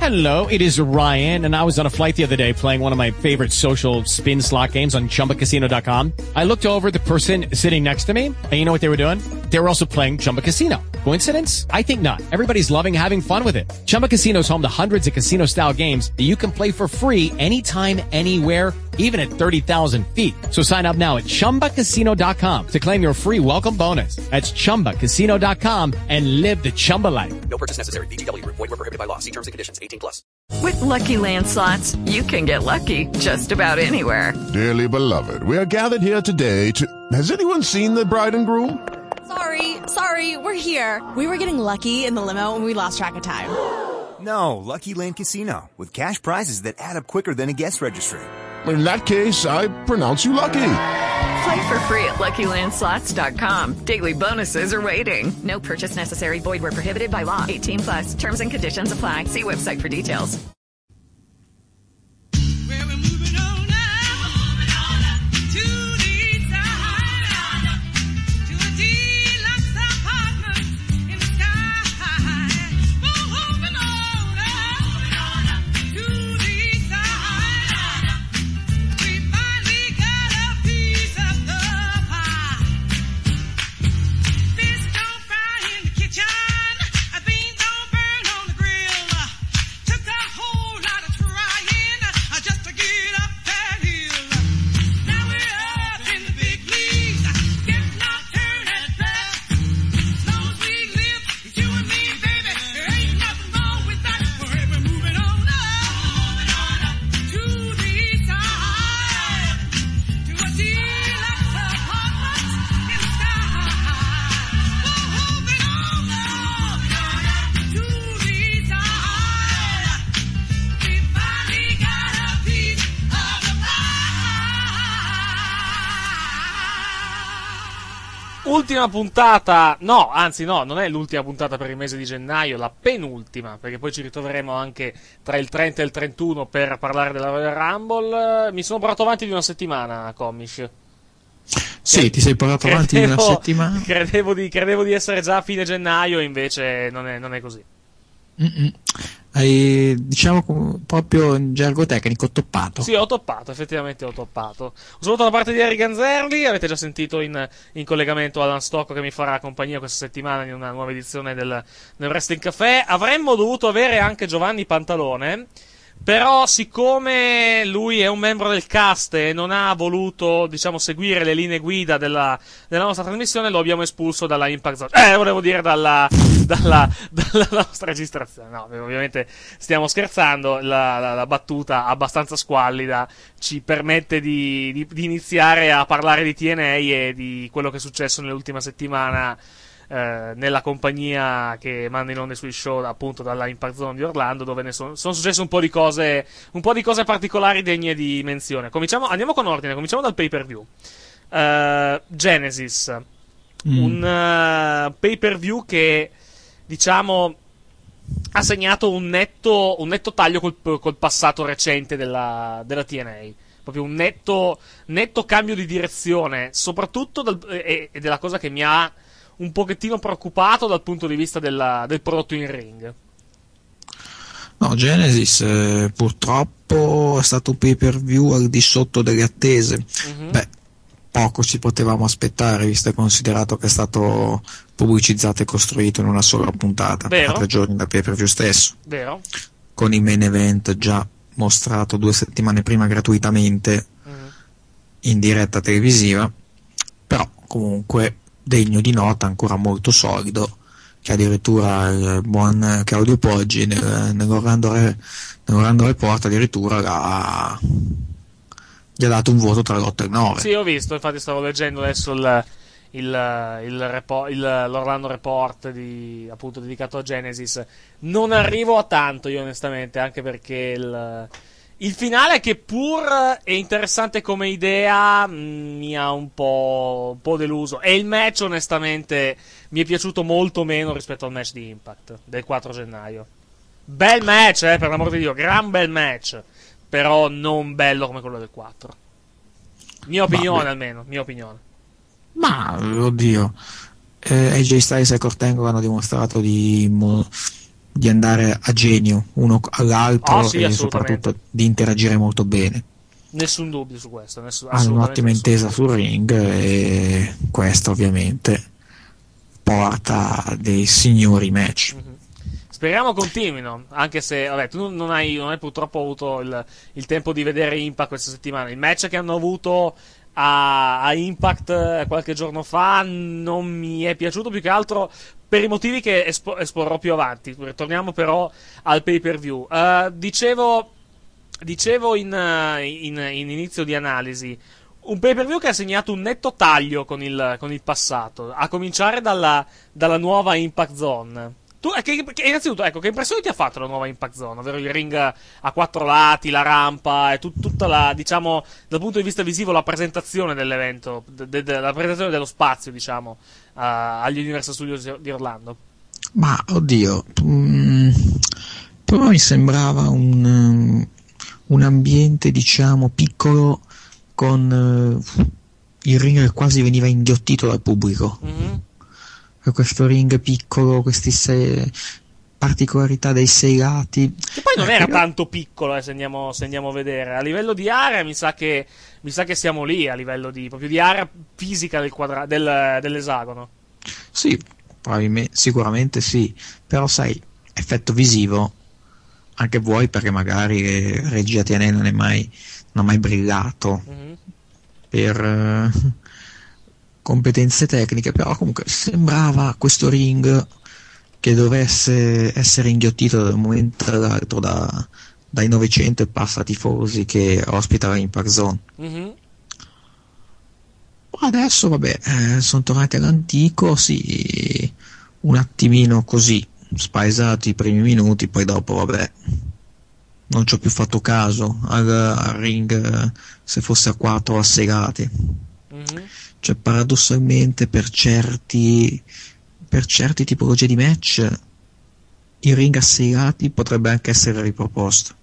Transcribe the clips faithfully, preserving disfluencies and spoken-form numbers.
Hello, it is Ryan, and I was on a flight the other day playing one of my favorite social spin slot games on Chumba Casino dot com. I looked over at the person sitting next to me, and you know what they were doing? They were also playing Chumba Casino. Coincidence? I think not. Everybody's loving having fun with it. Chumba Casino is home to hundreds of casino-style games that you can play for free anytime, anywhere, even at thirty thousand feet. So sign up now at Chumba Casino dot com to claim your free welcome bonus. That's Chumba Casino dot com and live the Chumba life. No purchase necessary. V G W. Void where prohibited by law. See terms and conditions. eighteen plus. With Lucky Land Slots, you can get lucky just about anywhere. Dearly beloved, we are gathered here today to... Has anyone seen the bride and groom? Sorry, sorry, we're here. We were getting lucky in the limo and we lost track of time. No, Lucky Land Casino, with cash prizes that add up quicker than a guest registry. In that case, I pronounce you lucky. Play for free at Lucky Land Slots dot com. Daily bonuses are waiting. No purchase necessary. Void where prohibited by law. eighteen plus. Terms and conditions apply. See website for details. Ultima puntata, no, anzi no, non è l'ultima puntata per il mese di gennaio, la penultima, perché poi ci ritroveremo anche tra il trenta e il trentuno per parlare della Royal Rumble. Mi sono portato avanti di una settimana, Comish. Sì, ti sei portato credevo, avanti di una settimana? Credevo di, credevo di essere già a fine gennaio, invece non è, non è così. Mm-mm. Hai, diciamo proprio in gergo tecnico, toppato. Sì, ho toppato, effettivamente ho toppato. Un saluto da parte di Harry Ganzerli. Avete già sentito in, in collegamento Alan Stocco che mi farà compagnia questa settimana in una nuova edizione del, del Wrestling Café. Avremmo dovuto avere anche Giovanni Pantalone, però siccome lui è un membro del cast e non ha voluto, diciamo, seguire le linee guida della, della nostra trasmissione, lo abbiamo espulso dalla Impact Zone. Eh, volevo dire dalla, dalla, dalla nostra registrazione. No, ovviamente stiamo scherzando, la, la, la battuta abbastanza squallida ci permette di, di, di iniziare a parlare di T N A e di quello che è successo nell'ultima settimana Eh, nella compagnia che manda in onda sui show appunto dalla Impact Zone di Orlando, dove ne sono, sono successe un po' di cose un po' di cose particolari degne di menzione. Cominciamo, andiamo con ordine, cominciamo dal pay per view. uh, Genesis, mm. un uh, pay per view che, diciamo, ha segnato un netto, un netto taglio col, col passato recente della, della T N A. Proprio un netto, netto cambio di direzione, soprattutto dal, ed è la cosa che mi ha un pochettino preoccupato dal punto di vista della, del prodotto in ring. No, Genesis eh, purtroppo è stato un pay per view al di sotto delle attese. Mm-hmm. Beh, poco ci potevamo aspettare, visto e considerato che è stato pubblicizzato e costruito in una sola puntata, Vero? a tre giorni dal pay per view stesso. Vero? Con il main event già mostrato due settimane prima gratuitamente mm-hmm. in diretta televisiva, però comunque degno di nota, ancora molto solido, che addirittura il buon Claudio Poggi nel, nell'Orlando, Re, nell'Orlando Report addirittura l'ha, gli ha dato un voto tra l'otto e il nove. Sì, ho visto, infatti stavo leggendo adesso il, il, il, repo, il l'Orlando Report di, appunto dedicato a Genesis. Non arrivo a tanto io onestamente, anche perché il Il finale, che pur è interessante come idea, mh, mi ha un po', un po' deluso. E il match, onestamente, mi è piaciuto molto meno rispetto al match di Impact del quattro gennaio. Bel match, eh, per l'amor di Dio, gran bel match. Però non bello come quello del quattro. Mia opinione, Vabbè. almeno, mia opinione. Ma, oddio, eh, A J Styles e Kurt Angle hanno dimostrato di... Mo- di andare a genio uno all'altro Oh, sì, e soprattutto di interagire molto bene. Nessun dubbio su questo. Nessun, Hanno un'ottima intesa sul ring e questo ovviamente porta dei signori match. Mm-hmm. Speriamo continuino, anche se vabbè, tu non hai, non hai purtroppo avuto il, il tempo di vedere Impact questa settimana. Il match che hanno avuto a, a Impact qualche giorno fa non mi è piaciuto, più che altro per i motivi che espo, esporrò più avanti. Ritorniamo però al pay per view. Uh, dicevo, dicevo in, in, in inizio di analisi, un pay per view che ha segnato un netto taglio con il, con il passato, a cominciare dalla, dalla nuova Impact Zone. Tu, che, che, innanzitutto, ecco, che impressione ti ha fatto la nuova Impact Zone? Ovvero il ring a quattro lati, la rampa, e tut, tutta la, diciamo, dal punto di vista visivo, la presentazione dell'evento, de, de, de, la presentazione dello spazio, diciamo, uh, agli Universal Studios di Orlando. Ma, oddio, mh, però mi sembrava un, un ambiente, diciamo, piccolo, con uh, il ring che quasi veniva inghiottito dal pubblico. Mm-hmm. Questo ring piccolo, queste sei particolarità dei sei lati. Che poi non era tanto piccolo, eh, se, andiamo, se andiamo a vedere. A livello di area mi sa che mi sa che siamo lì, a livello di proprio di area fisica del quadra- del, dell'esagono. Sì, probabilmente, sicuramente sì. Però sai, effetto visivo, anche vuoi perché magari regia T N A non è mai, non ha mai brillato mm-hmm. per... Uh, competenze tecniche, però comunque sembrava questo ring che dovesse essere inghiottito da un momento all'altro da, dai novecento e passa tifosi che ospita la Impact Zone. Mm-hmm. Adesso vabbè, eh, sono tornati all'antico, sì, un attimino così, spaesati i primi minuti, poi dopo vabbè, non ci ho più fatto caso al, al ring, se fosse a quattro o a sei lati. Mm-hmm. Cioè paradossalmente per certi per certe tipologie di match il ring a sei lati potrebbe anche essere riproposto.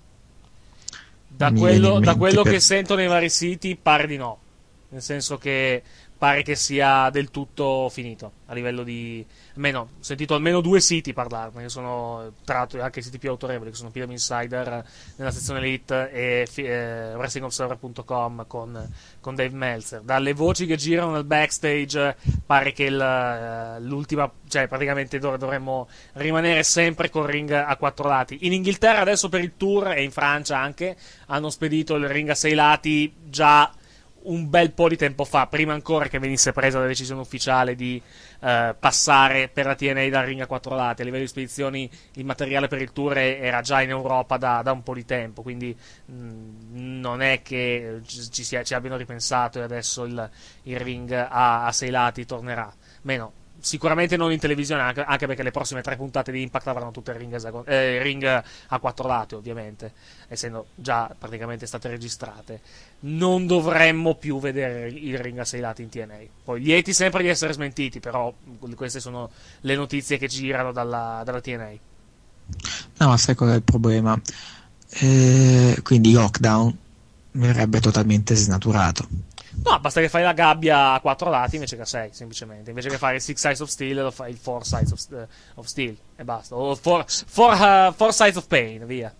Da Mi quello, da quello per... che sento nei vari siti pare di no, nel senso che pare che sia del tutto finito a livello di... almeno, ho sentito almeno due siti parlarne, che sono tra l'altro anche i siti più autorevoli, che sono P W Insider nella sezione Elite e eh, wrestling observer punto com con, con Dave Meltzer. Dalle voci che girano nel backstage pare che il, l'ultima, cioè praticamente dov- dovremmo rimanere sempre col ring a quattro lati. In Inghilterra adesso per il tour e in Francia anche hanno spedito il ring a sei lati già un bel po' di tempo fa, prima ancora che venisse presa la decisione ufficiale di eh, passare per la T N A dal ring a quattro lati. A livello di spedizioni il materiale per il tour era già in Europa da, da un po' di tempo, quindi mh, non è che ci, sia, ci abbiano ripensato e adesso il, il ring a, a sei lati tornerà. Meno, sicuramente non in televisione, anche, anche perché le prossime tre puntate di Impact avranno tutte il ring, esagon- eh, ring a quattro lati, ovviamente, essendo già praticamente state registrate. Non dovremmo più vedere il ring a sei lati in T N A. Poi lieti sempre di essere smentiti, però queste sono le notizie che girano dalla, dalla T N A. No, ma sai qual è il problema? Eh, quindi lockdown verrebbe totalmente snaturato. No, basta che fai la gabbia a quattro lati invece che a sei, semplicemente. Invece che fare il six sides of steel, lo fai il four sides of, uh, of steel e basta. O four, four, uh, four sides of pain, via.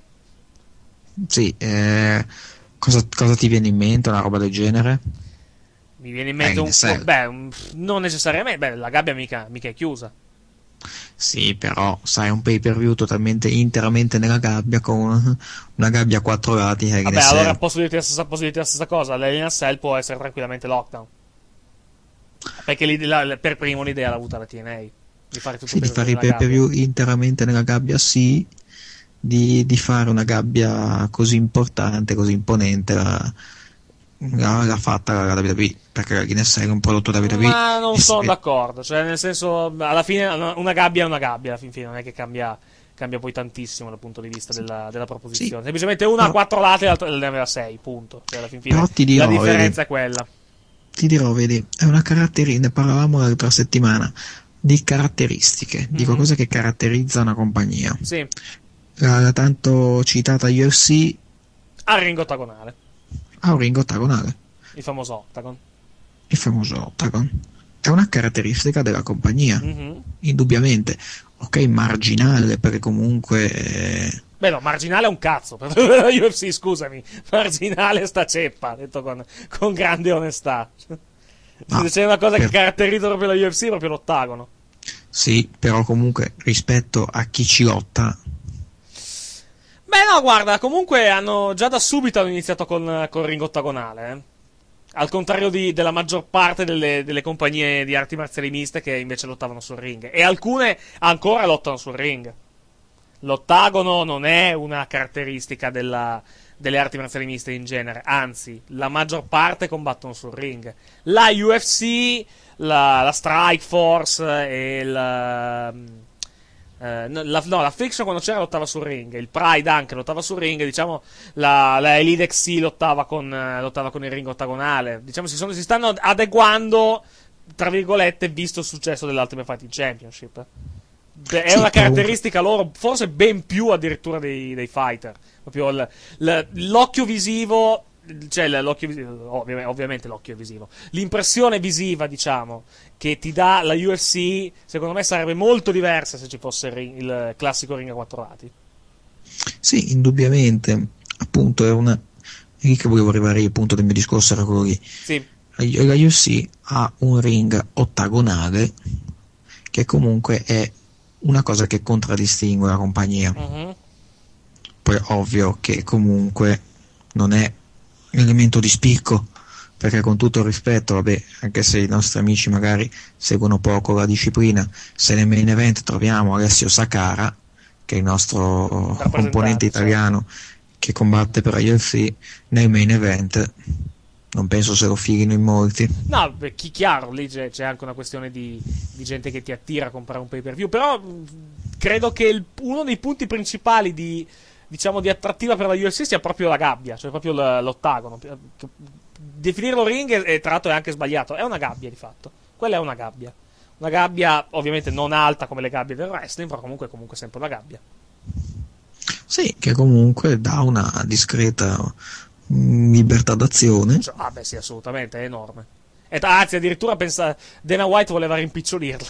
Sì, eh, cosa, cosa ti viene in mente? Una roba del genere? Mi viene in mente eh, un po'. Beh, un, non necessariamente. Beh, la gabbia mica, mica è chiusa. Sì, però sai, un pay per view totalmente interamente nella gabbia con una, una gabbia a quattro lati. Vabbè, allora posso dirti, la stessa, posso dirti la stessa cosa. L'Alien Cell può essere tranquillamente lockdown, perché la, per primo l'idea l'ha avuta la T N A di fare tutto sì, di fare i pay per view interamente nella gabbia, sì, di, di fare una gabbia così importante, così imponente. La, l'ha fatta la W W E, perché la Guinness è un prodotto W W E. Ma non sono d'accordo, cioè nel senso, alla fine una gabbia è una gabbia, alla fin fine non è che cambia, cambia poi tantissimo dal punto di vista della, della proposizione. Sì. Semplicemente una a quattro lati e l'altra ne aveva sei, punto. Cioè alla fin fine però ti dirò, la differenza vedi, è quella. Ti dirò, vedi, è una caratteristica, ne parlavamo l'altra settimana, di caratteristiche, mm-hmm. di qualcosa che caratterizza una compagnia. Sì. La, la tanto citata U F C al ring ottagonale. Ha un ring ottagonale. Il famoso Octagon. Il famoso Octagon. è una caratteristica della compagnia, Mm-hmm. indubbiamente. Ok, marginale, perché comunque eh, Beh, no, marginale è un cazzo per la U F C, scusami. Marginale sta ceppa, detto con, con grande onestà. No, Se c'è una cosa per- che caratterizza proprio la U F C è proprio l'ottagono. sì, però comunque rispetto a chi ci lotta, Beh, no, guarda, comunque hanno già da subito hanno iniziato con, con ring ottagonale, eh. Al contrario di- della maggior parte delle, delle compagnie di arti marziali miste che invece lottavano sul ring. E alcune ancora lottano sul ring. L'ottagono non è una caratteristica della- delle arti marziali miste in genere, anzi, la maggior parte combattono sul ring. La U F C, la, la Strike Force e la, eh, no, la, no, la Friction quando c'era lottava sul ring, il Pride anche lottava sul ring, diciamo, la, la Elite X C lottava con, eh, lottava con il ring ottagonale. Diciamo, si, sono, si stanno adeguando, tra virgolette, visto il successo dell'Ultimate Fighting Championship. Beh, è Sì, una però- caratteristica loro, forse ben più addirittura dei, dei fighter. Proprio il- l- l'occhio visivo, cioè l- l'occhio visivo, ovvi- ovviamente l'occhio è visivo. L'impressione visiva, diciamo, che ti dà la U F C, secondo me sarebbe molto diversa se ci fosse il, ring- il classico ring a quattro lati. sì, indubbiamente, appunto, è una. Lì che volevo arrivare, il punto del mio discorso era quello lì. Sì, La la U F C ha un ring ottagonale che comunque è una cosa che contraddistingue la compagnia. mhm. Poi è ovvio che comunque non è un elemento di spicco, perché con tutto il rispetto, vabbè, anche se i nostri amici magari seguono poco la disciplina, se nel main event troviamo Alessio Sakara, che è il nostro Rappresentante, componente italiano che combatte per la U F C, nel main event non penso se lo fighino in molti. No, beh, chi chiaro, lì c'è, c'è anche una questione di, di gente che ti attira a comprare un pay per view. Però mh, credo che il- uno dei punti principali di, diciamo, di attrattiva per la U F C sia proprio la gabbia, cioè proprio l- l'ottagono. Definirlo ring è, è, tra l'altro è anche sbagliato, è una gabbia di fatto. Quella è una gabbia. Una gabbia ovviamente non alta come le gabbie del wrestling, però comunque, comunque sempre una gabbia. Sì, che comunque dà una discreta mm, libertà d'azione. Cioè, ah beh sì, assolutamente, è enorme. E, anzi, addirittura pensa, Dana White voleva rimpicciolirla.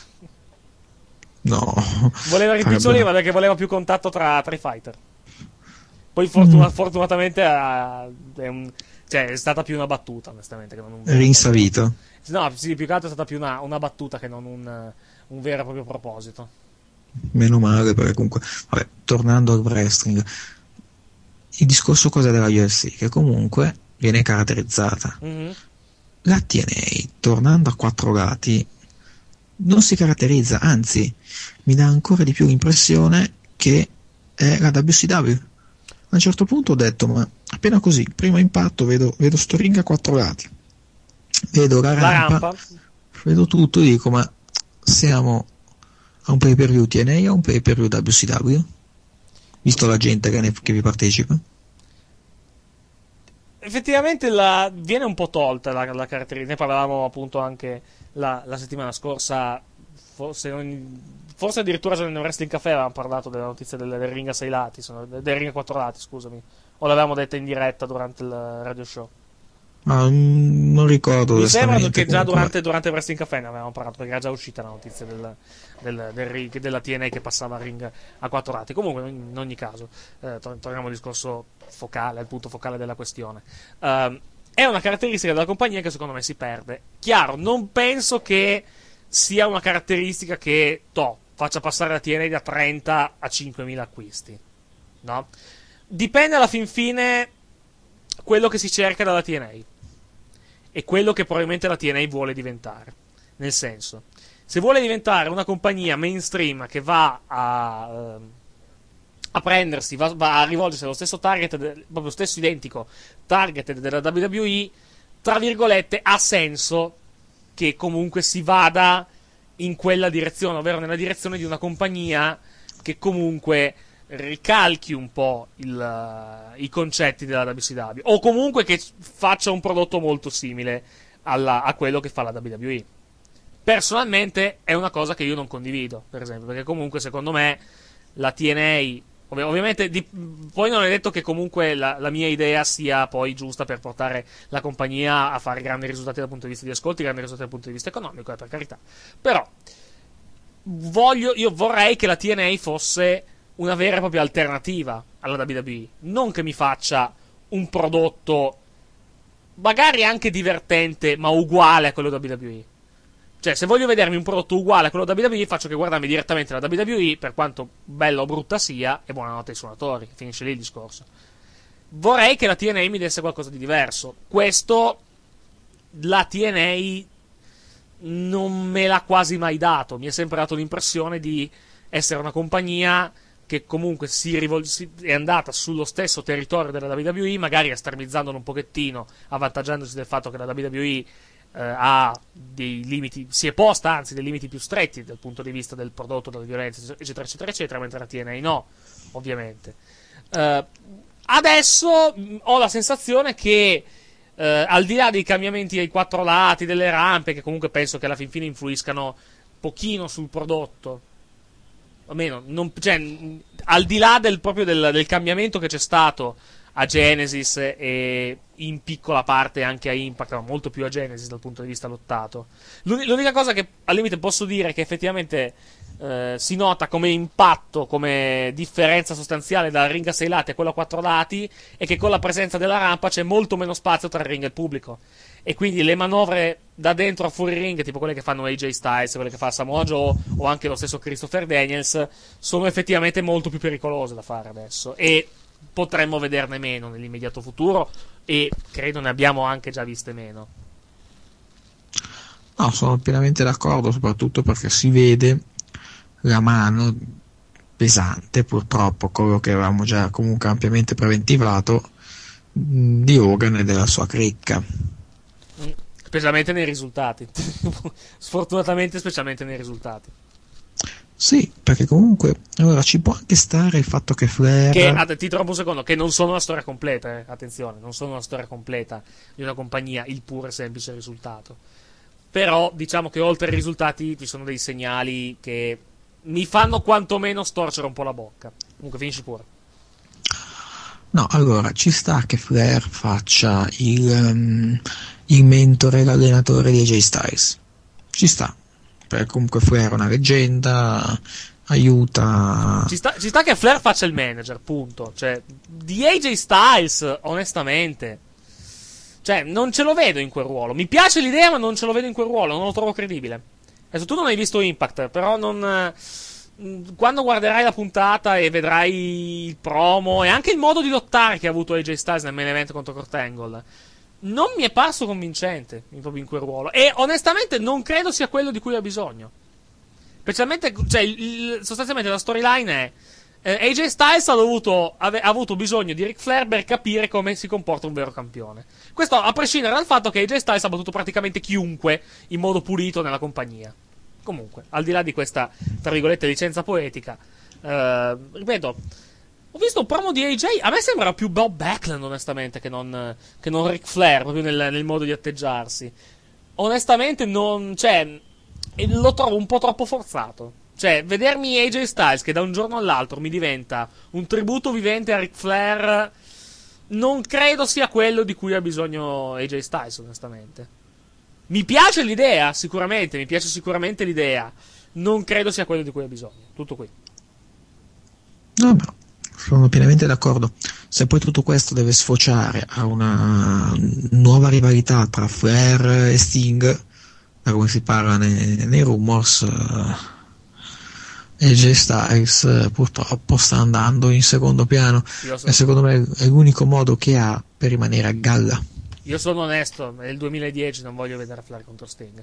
No, Voleva farebbe- rimpicciolirla perché voleva più contatto tra, tra i fighter. Poi fortuna- Mm. fortunatamente ha- è, un- cioè, è stata più una battuta, onestamente. Che non un rinsavito. No, sì, più che altro è stata più una, una battuta che non un, un vero e proprio proposito. Meno male, perché comunque, vabbè, tornando al wrestling, il discorso cos'è della U F C? Che comunque viene caratterizzata. Mhm. La T N A, tornando a quattro lati, non si caratterizza, anzi, mi dà ancora di più l'impressione che è la W C W. A un certo punto ho detto, ma appena così, primo impatto, vedo, vedo sto ring a quattro lati, vedo la La rampa, rampa. vedo tutto, dico, ma siamo a un pay per view T N A o a un pay per view W C W? Visto la gente che, ne, che vi partecipa. Effettivamente la, viene un po' tolta la, la caratteristica. Ne parlavamo appunto anche la, la settimana scorsa. Forse, non- forse addirittura nel Wrestling Café avevamo parlato della notizia del, del ring a sei lati, sono- del ring a quattro lati, scusami. O l'avevamo detta in diretta durante il radio show. Ma mm, non ricordo. Mi sembra onestamente, che già comunque. durante, durante il Wrestling Café ne avevamo parlato, perché era già uscita la notizia del, del, del ring, della T N A che passava al ring a quattro lati. Comunque, in, in ogni caso, eh, tor- torniamo al discorso focale, al punto focale della questione. Ehm, è una caratteristica della compagnia che secondo me si perde. Chiaro, non penso che sia una caratteristica che, toh, faccia passare la T N A da trenta a cinquemila acquisti. No? Dipende alla fin fine quello che si cerca dalla T N A. E quello che probabilmente la T N A vuole diventare. Nel senso, se vuole diventare una compagnia mainstream che va a, ehm, a prendersi, va, va a rivolgersi allo stesso target, de- proprio stesso identico target della W W E, tra virgolette, ha senso che comunque si vada in quella direzione, ovvero nella direzione di una compagnia che comunque ricalchi un po' il, i concetti della W C W, o comunque che faccia un prodotto molto simile alla- a quello che fa la W W E. Personalmente è una cosa che io non condivido, per esempio, perché comunque secondo me la T N A Ov- ovviamente di- poi non è detto che comunque la, la mia idea sia poi giusta per portare la compagnia a fare grandi risultati dal punto di vista di ascolti, grandi risultati dal punto di vista economico, eh, per carità. Però voglio, io vorrei che la T N A fosse una vera e propria alternativa alla W W E, non che mi faccia un prodotto magari anche divertente ma uguale a quello W W E. Cioè, se voglio vedermi un prodotto uguale a quello W W E, faccio che guardarmi direttamente la W W E, per quanto bella o brutta sia, e buonanotte ai suonatori, finisce lì il discorso. Vorrei che la T N A mi desse qualcosa di diverso. Questo la T N A non me l'ha quasi mai dato. Mi è sempre dato l'impressione di essere una compagnia che comunque si rivol- si è andata sullo stesso territorio della W W E, magari estremizzandolo un pochettino, avvantaggiandosi del fatto che la W W E eh, ha dei limiti, si è posta anzi dei limiti più stretti dal punto di vista del prodotto, della violenza, eccetera, eccetera, eccetera, mentre la T N A no, ovviamente. Eh, adesso mh, ho la sensazione che eh, al di là dei cambiamenti ai quattro lati, delle rampe, che comunque penso che alla fin fine influiscano pochino sul prodotto, almeno, non, cioè, mh, al di là del, proprio del, del cambiamento che c'è stato a Genesis e in piccola parte anche a Impact, ma molto più a Genesis dal punto di vista lottato. L'unica cosa che al limite posso dire che effettivamente eh, si nota come impatto, come differenza sostanziale dal ring a sei lati a quello a quattro lati, è che con la presenza della rampa c'è molto meno spazio tra il ring e il pubblico. E quindi le manovre da dentro a fuori ring, tipo quelle che fanno A J Styles, quelle che fa Samoa Joe o anche lo stesso Christopher Daniels, sono effettivamente molto più pericolose da fare adesso. E potremmo vederne meno nell'immediato futuro, e credo ne abbiamo anche già viste meno. No, sono pienamente d'accordo, soprattutto perché si vede la mano pesante, purtroppo, quello che avevamo già comunque ampiamente preventivato, di Hogan e della sua cricca. Specialmente nei risultati. Sfortunatamente specialmente nei risultati. Sì, perché comunque allora ci può anche stare il fatto che Flair, che ah, ti trovo un secondo, che non sono una storia completa, eh. Attenzione, non sono una storia completa di una compagnia, il puro e semplice risultato. Però diciamo che oltre ai risultati ci sono dei segnali che mi fanno quantomeno storcere un po' la bocca. Comunque finisci pure. No, allora ci sta che Flair faccia il, um, il mentore e l'allenatore di A J Styles, ci sta, perché comunque Flair è una leggenda, aiuta. Ci sta, ci sta che Flair faccia il manager, punto. Cioè, di A J Styles, onestamente, cioè, non ce lo vedo in quel ruolo. Mi piace l'idea, ma non ce lo vedo in quel ruolo, non lo trovo credibile. Adesso tu non hai visto Impact, però non... quando guarderai la puntata e vedrai il promo e anche il modo di lottare che ha avuto A J Styles nel main event contro Kurt Angle, non mi è parso convincente proprio in quel ruolo, e onestamente non credo sia quello di cui ha bisogno. Specialmente, cioè, il, sostanzialmente la storyline è eh, A J Styles ha, dovuto, ave, ha avuto bisogno di Ric Flair per capire come si comporta un vero campione. Questo a prescindere dal fatto che A J Styles ha battuto praticamente chiunque in modo pulito nella compagnia. Comunque, al di là di questa, tra virgolette, licenza poetica, eh, ripeto, ho visto un promo di A J, a me sembra più Bob Backlund, onestamente, che non, che non Ric Flair, proprio nel, nel modo di atteggiarsi. Onestamente, non, cioè, lo trovo un po' troppo forzato. Cioè, vedermi A J Styles che da un giorno all'altro mi diventa un tributo vivente a Ric Flair, non credo sia quello di cui ha bisogno A J Styles, onestamente. Mi piace l'idea, sicuramente, mi piace sicuramente l'idea. Non credo sia quello di cui ha bisogno. Tutto qui. No, no, sono pienamente d'accordo. Se poi tutto questo deve sfociare a una nuova rivalità tra Flair e Sting, da come si parla nei, nei rumors, uh, A J Styles purtroppo sta andando in secondo piano. So. E secondo me è l'unico modo che ha per rimanere a galla. Io sono onesto, nel duemiladieci non voglio vedere Flair contro Sting.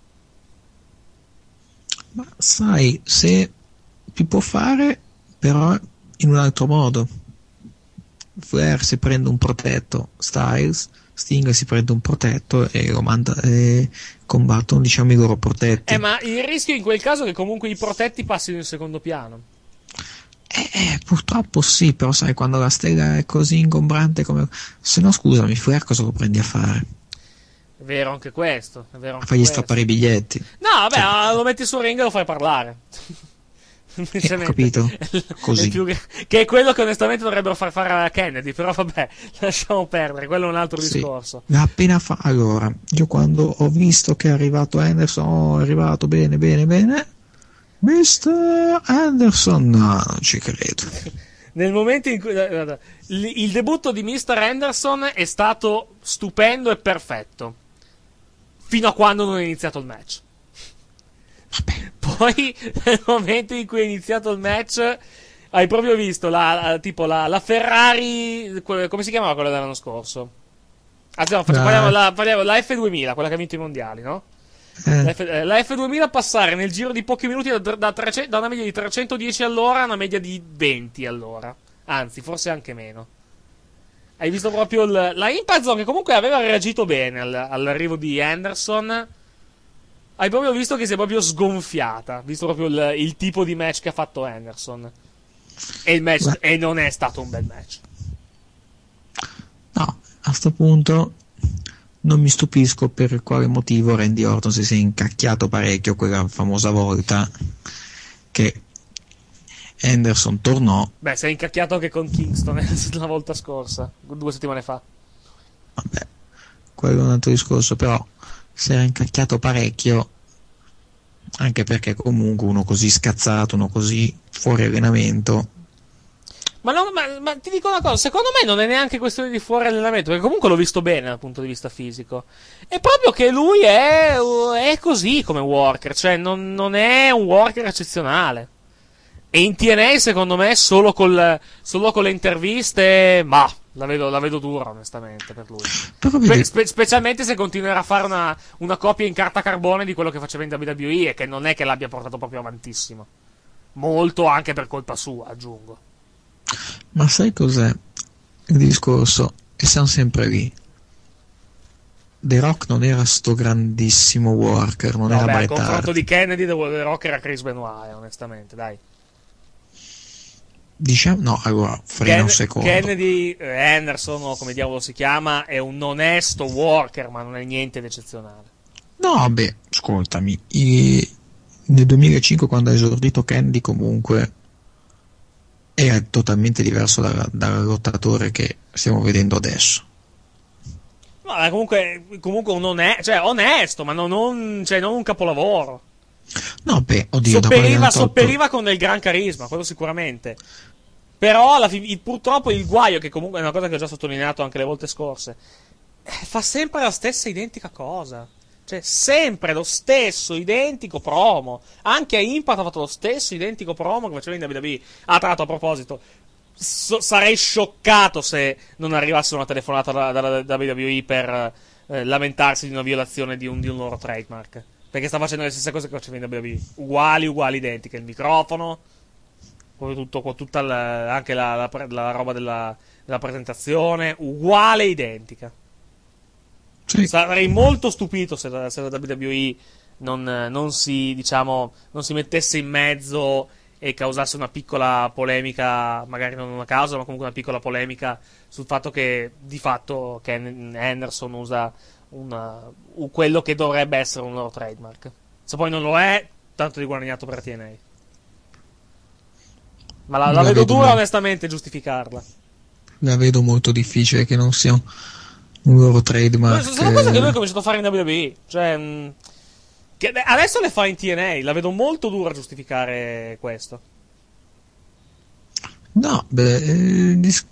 Ma sai, se si può fare, però in un altro modo. Flair si prende un protetto Styles, Sting si prende un protetto e lo manda e combattono, diciamo, i loro protetti. Eh, ma il rischio in quel caso è che comunque i protetti passino in secondo piano. Eh, eh, purtroppo sì, però sai, quando la stella è così ingombrante come... Se no, scusami, Flair cosa lo prendi a fare? È vero anche questo, è vero anche a fargli questo. strappare i biglietti. No, vabbè, cioè... lo metti sul ring e lo fai parlare. Eh, ho capito, così. È più che, che è quello che onestamente dovrebbero far fare a Kennedy, però vabbè, lasciamo perdere, quello è un altro Sì. discorso. Appena fa... Allora, io quando ho visto che è arrivato Anderson, oh, è arrivato bene, bene, bene, mister Anderson, no, non ci credo. Nel momento in cui guarda, il, il debutto di mister Anderson è stato stupendo e perfetto fino a quando non è iniziato il match. Vabbè. Poi nel momento in cui è iniziato il match hai proprio visto la, la- tipo la, la Ferrari, que- come si chiamava quella dell'anno scorso? Anzi no, facciamo- La- parliamo, la, parliamo- la F duemila, quella che ha vinto i mondiali, no? La, Eh, F, eh, la F duemila passare nel giro di pochi minuti da, da, trecento da una media di trecentodieci all'ora a una media di venti all'ora. Anzi, forse anche meno. Hai visto proprio il, la Impact Zone che comunque aveva reagito bene al- all'arrivo di Anderson. Hai proprio visto che si è proprio sgonfiata. Visto proprio il, il tipo di match che ha fatto Anderson. E il match Beh. e non è stato un bel match. no, a sto punto non mi stupisco per quale motivo Randy Orton si sia incacchiato parecchio quella famosa volta che Anderson tornò. Beh, si è incacchiato anche con Kingston la volta scorsa, due settimane fa. Vabbè, quello è un altro discorso, però si era incacchiato parecchio, anche perché comunque uno così scazzato, uno così fuori allenamento. Ma, no, ma, ma ti dico una cosa, secondo me non è neanche questione di fuori allenamento, perché comunque l'ho visto bene dal punto di vista fisico. È proprio che lui è, è così come worker, cioè non, non è un worker eccezionale. E in T N A secondo me solo, col, solo con le interviste, ma la vedo, la vedo dura onestamente per lui. Però Spe- vedi, spe- specialmente se continuerà a fare una, una copia in carta carbone di quello che faceva in W W E, e che non è che l'abbia portato proprio avantissimo. Molto anche per colpa sua, aggiungo. ma sai cos'è il discorso? E siamo sempre lì. The Rock non era sto grandissimo worker, non No, era beh, al Bret confronto Hart. di Kennedy, The Rock era Chris Benoit, eh, onestamente, dai. Diciamo, no, allora, frena Ken- un secondo. Kennedy eh, Anderson, o come diavolo si chiama, è un onesto worker, ma non è niente di eccezionale. No, beh, ascoltami, i- nel duemilacinque quando ha esordito Candy comunque era totalmente diverso dal, dal lottatore che stiamo vedendo adesso. No, è comunque, comunque un one- cioè, onesto, ma non, non- cioè, non un capolavoro. No, beh, oddio, dopo Sopperiva, aver tolto- sopperiva con del gran carisma, quello sicuramente. Però alla fi- il- purtroppo il guaio, che comunque è una cosa che ho già sottolineato anche le volte scorse, eh, fa sempre la stessa identica cosa. Cioè, sempre lo stesso identico promo. Anche a Impact ha fatto lo stesso identico promo che faceva in W W E. Ah, tra l'altro, a proposito, so- sarei scioccato se non arrivasse una telefonata dalla da, W W E per eh, lamentarsi di una violazione di un, di un loro trademark. Perché sta facendo le stesse cose che faceva in W W E. Uguali, uguali, identiche. Il microfono, poi tutto, con tutta la- anche la, la pre- la roba della, della presentazione, uguale, identica. Sì. Sarei molto stupito se la, se la W W E non, non si, diciamo, non si mettesse in mezzo e causasse una piccola polemica, magari non una causa, ma comunque una piccola polemica sul fatto che di fatto Ken Anderson usa una, u- quello che dovrebbe essere un loro trademark. Se poi non lo è, tanto di guadagnato per T N A. Ma la, la La vedo vedo dura mo- onestamente giustificarla. La vedo molto difficile che non sia un, un loro trademark. Sono cose che lui ha eh, cominciato a fare in W W E. Cioè, mh, che ade- adesso le fa in T N A. La vedo molto dura a giustificare questo. No, beh, eh, dis-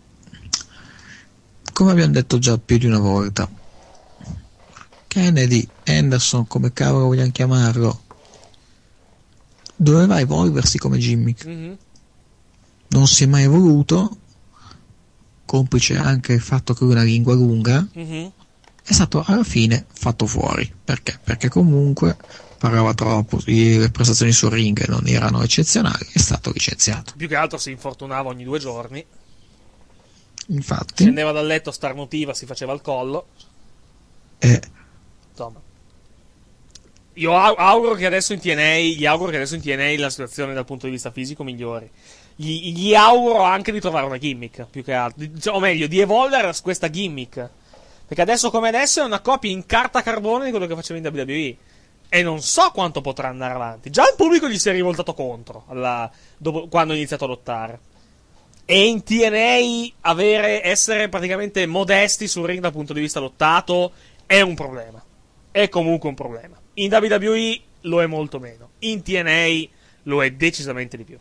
come abbiamo detto già più di una volta, Kennedy, Anderson, come cavolo vogliamo chiamarlo, doveva evolversi come gimmick. Mhm. Non si è mai evoluto, complice anche il fatto che lui ha una lingua lunga, Mhm. è stato alla fine fatto fuori. Perché? Perché comunque parlava troppo, le prestazioni sul ring non erano eccezionali, è stato licenziato. Più che altro si infortunava ogni due giorni. Infatti, Scendeva dal letto, starnutiva, si faceva il collo. eh, Insomma. Io au- auguro che adesso in T N A, gli auguro che adesso in T N A la situazione dal punto di vista fisico migliori. Gli, gli auguro anche di trovare una gimmick, più che altro. Di- cioè, o meglio, di evolvere su questa gimmick. Perché adesso come adesso è una copia in carta carbone di quello che faceva in W W E. e non so quanto potrà andare avanti. Già il pubblico gli si è rivoltato contro alla, dopo, quando ha iniziato a lottare. E in T N A avere, essere praticamente modesti sul ring dal punto di vista lottato è un problema. È comunque un problema. In W W E lo è molto meno. In T N A lo è decisamente di più.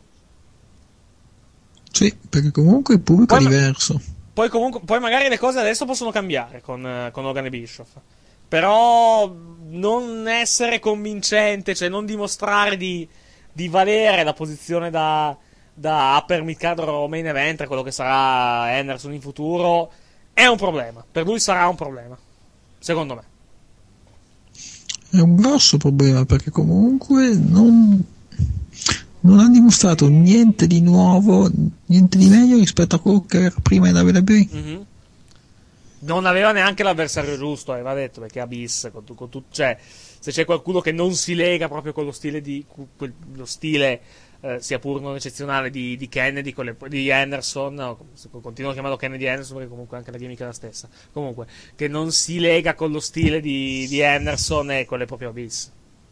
Sì, perché comunque il pubblico Poi è ma- diverso. Poi comunque, poi magari le cose adesso possono cambiare con, eh, con Hogan e Bischoff. Però non essere convincente, cioè non dimostrare di, di valere la posizione da, da upper mid card o main event, quello che sarà Anderson in futuro, è un problema. Per lui sarà un problema, secondo me. È un grosso problema perché comunque non, non ha dimostrato niente di nuovo, niente di meglio rispetto a quello che era prima in W W E. Mm-hmm. Non aveva neanche l'avversario giusto, aveva detto, perché Abyss, con, con tu, cioè, se c'è qualcuno che non si lega proprio con lo stile di quel, lo stile eh, sia pur non eccezionale di, di Kennedy, con le, di Anderson, no, continuo a chiamarlo Kennedy Anderson perché comunque anche la gimmick è la stessa, comunque, che non si lega con lo stile di, di Anderson e quello è proprio Abyss.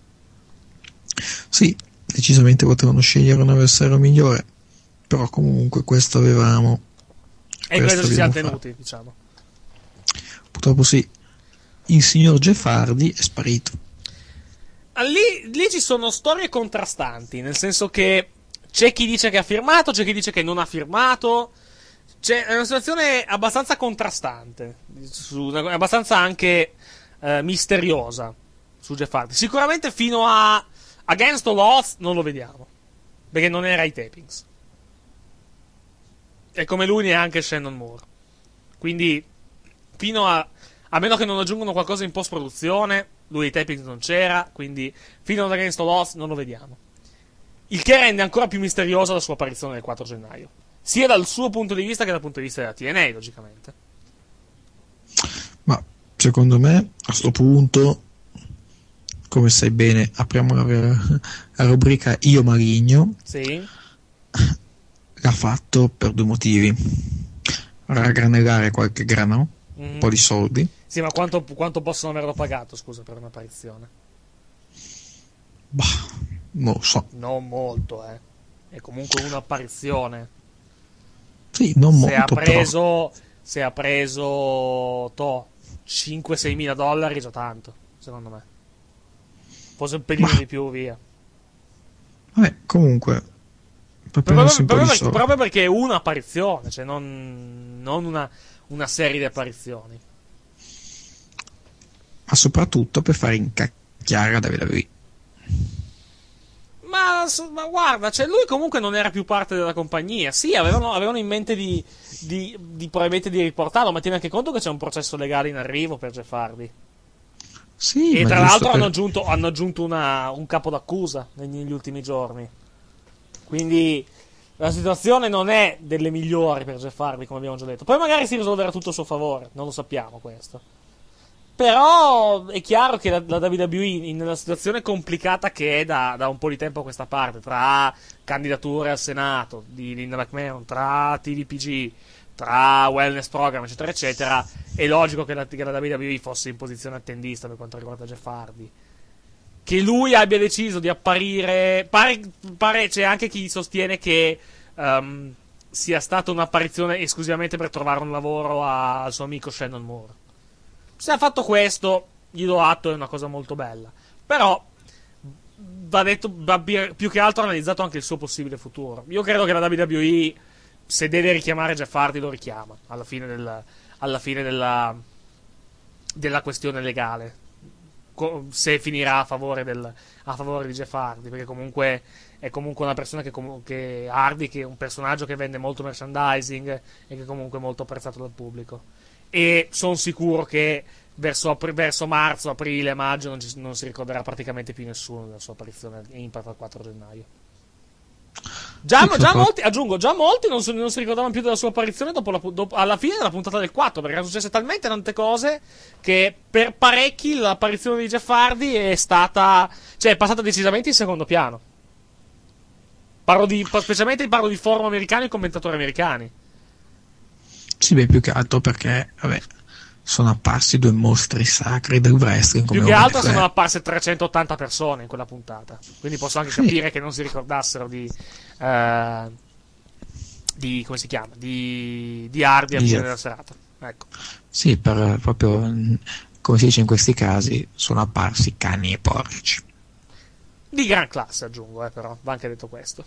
Sì, decisamente potevano scegliere un avversario migliore, però comunque questo avevamo. E questo ci siamo tenuti, diciamo. Purtroppo sì, il signor Jeff Hardy è sparito. Lì, lì ci sono storie contrastanti, nel senso che c'è chi dice che ha firmato, c'è chi dice che non ha firmato. C'è una situazione abbastanza contrastante, su, abbastanza anche eh, misteriosa su Jeff Hardy. Sicuramente fino a Against All Odds non lo vediamo, perché non era ai tapings. E come lui neanche Shannon Moore. Quindi fino a a meno che non aggiungono qualcosa in post produzione, lui ai tapings non c'era, quindi fino ad Against All Odds non lo vediamo. Il che rende ancora più misteriosa la sua apparizione del quattro gennaio, sia dal suo punto di vista che dal punto di vista della T N A, logicamente. Ma secondo me a sto punto, come sai bene, apriamo la, la rubrica Io Marigno. Sì. L'ha fatto per due motivi: raggranellare qualche grano, Mm-hmm. un po' di soldi. Sì, ma quanto, quanto possono averlo pagato, scusa, per un'apparizione? Bah, non lo so. Non molto, eh. È comunque un'apparizione. Sì, non se molto, ha preso, però. Se ha preso, to, cinque sei mila dollari, già tanto, secondo me. Forse un pelino Ma... di più, via. Vabbè, comunque... Proprio, proprio, perché, proprio perché è un'apparizione, cioè non, non una, una serie di apparizioni. Ma soprattutto per fare incacchiare la W W E. Ma, ma guarda, cioè lui comunque non era più parte della compagnia. Sì, avevano, avevano in mente di, di, di probabilmente di riportarlo, ma tieni anche conto che c'è un processo legale in arrivo per Jeff Hardy. Sì, e ma tra l'altro per... hanno aggiunto, hanno aggiunto una, un capo d'accusa negli ultimi giorni. Quindi la situazione non è delle migliori per Jeff Hardy, come abbiamo già detto. Poi magari si risolverà tutto a suo favore, non lo sappiamo questo. Però è chiaro che la, la W W E, nella situazione complicata che è da, da un po' di tempo a questa parte, tra candidature al Senato di Linda McMahon, tra T V P G, tra wellness program, eccetera, eccetera, è logico che la, che la W W E fosse in posizione attendista per quanto riguarda Jeff Hardy. Che lui abbia deciso di apparire, pare, pare c'è anche chi sostiene che um, sia stata un'apparizione esclusivamente per trovare un lavoro a, al suo amico Shannon Moore. Se ha fatto questo, gli do atto, è una cosa molto bella. Però va detto, va più che altro analizzato anche il suo possibile futuro. Io credo che la W W E, se deve richiamare Jeff Hardy, lo richiama alla fine, del, alla fine della, della questione legale. Se finirà a favore, del, a favore di Jeff Hardy, perché comunque è comunque una persona che, che Hardy, che è un personaggio che vende molto merchandising e che comunque è molto apprezzato dal pubblico. E sono sicuro che verso, verso marzo, aprile, maggio non, ci, non si ricorderà praticamente più nessuno della sua apparizione in Impact al quattro gennaio. Già, già molti, aggiungo, già molti non, so, non si ricordavano più della sua apparizione dopo la, dopo, alla fine della puntata del quattro, perché erano successe talmente tante cose che per parecchi l'apparizione di Jeff Hardy è stata, cioè è passata decisamente in secondo piano. Parlo di, specialmente parlo di forum americani e commentatori americani. Sì, beh, più che altro perché, vabbè, sono apparsi due mostri sacri del wrestling. Come Più che altro Flair. sono apparse trecentottanta persone in quella puntata, quindi posso anche Sì. capire che non si ricordassero di eh, di come si chiama di di Hardy alla Di- fine della serata. Ecco. Sì, per proprio, mh, come si dice in questi casi, sono apparsi cani e porci. Di gran classe, aggiungo, eh, però va anche detto questo.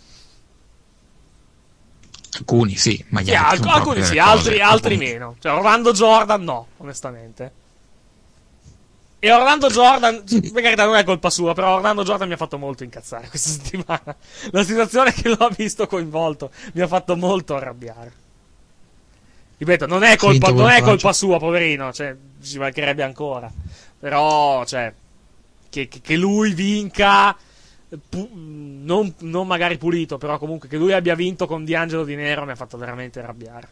Alcuni sì, ma gli Sì, altri alc- sono alcuni proprio sì, delle altri, cose altri appunto. meno. Cioè, Orlando Jordan no, onestamente. E Orlando Jordan, per carità, non è colpa sua, però Orlando Jordan mi ha fatto molto incazzare questa settimana. La situazione che l'ho visto coinvolto mi ha fatto molto arrabbiare. Ripeto, non è colpa, Finto non è quel colpa faccio. sua, poverino, cioè, ci mancherebbe ancora. Però, cioè, che, che- che lui vinca, pu- non, non magari pulito, però comunque che lui abbia vinto con D'Angelo Di Nero mi ha fatto veramente arrabbiare.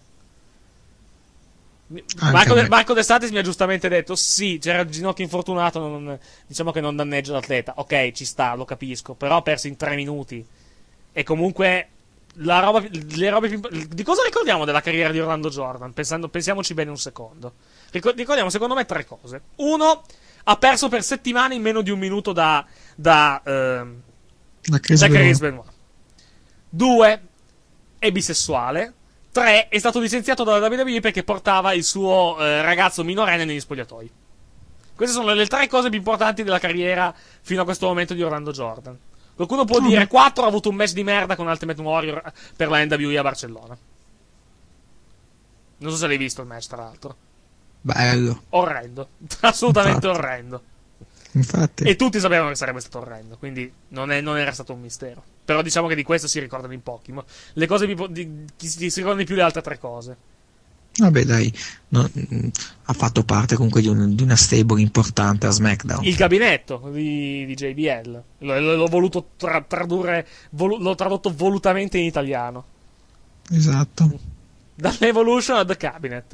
Anche Marco, a De, me. Marco De Satis mi ha giustamente detto: sì, c'era il ginocchio infortunato, non- diciamo che non danneggia l'atleta. Ok, ci sta, lo capisco. Però ha perso in tre minuti. E comunque, la roba, le robe più imp- di cosa ricordiamo della carriera di Orlando Jordan? Pensando, pensiamoci bene un secondo. Ricor- ricordiamo, secondo me, tre cose. Uno, ha perso per settimane in meno di un minuto da, da, ehm, La Chris da Benoit. Chris Benoit. Due, è bisessuale. Tre, è stato licenziato dalla W W E perché portava il suo eh, ragazzo minorenne negli spogliatoi. Queste sono le tre cose più importanti della carriera fino a questo momento di Orlando Jordan. Qualcuno può dire quattro, ha avuto un match di merda con Ultimate Warrior per la N W E a Barcellona. Non so se l'hai visto il match, tra l'altro. Bello, Orrendo. Assolutamente Infatti. orrendo. infatti. E tutti sapevano che sarebbe stato orrendo, quindi non, è- non era stato un mistero. Però diciamo che di questo si ricordano in pochi. Ma le cose più, di, chi si si ricordano di più le altre tre cose. Vabbè, dai, no, mh, ha fatto parte comunque di, un- di una stable importante a SmackDown. Il gabinetto di, di J B L. L- l- l'ho voluto tra- tradurre, volu- l'ho tradotto volutamente in italiano. Esatto. Dall'Evolution al The Cabinet.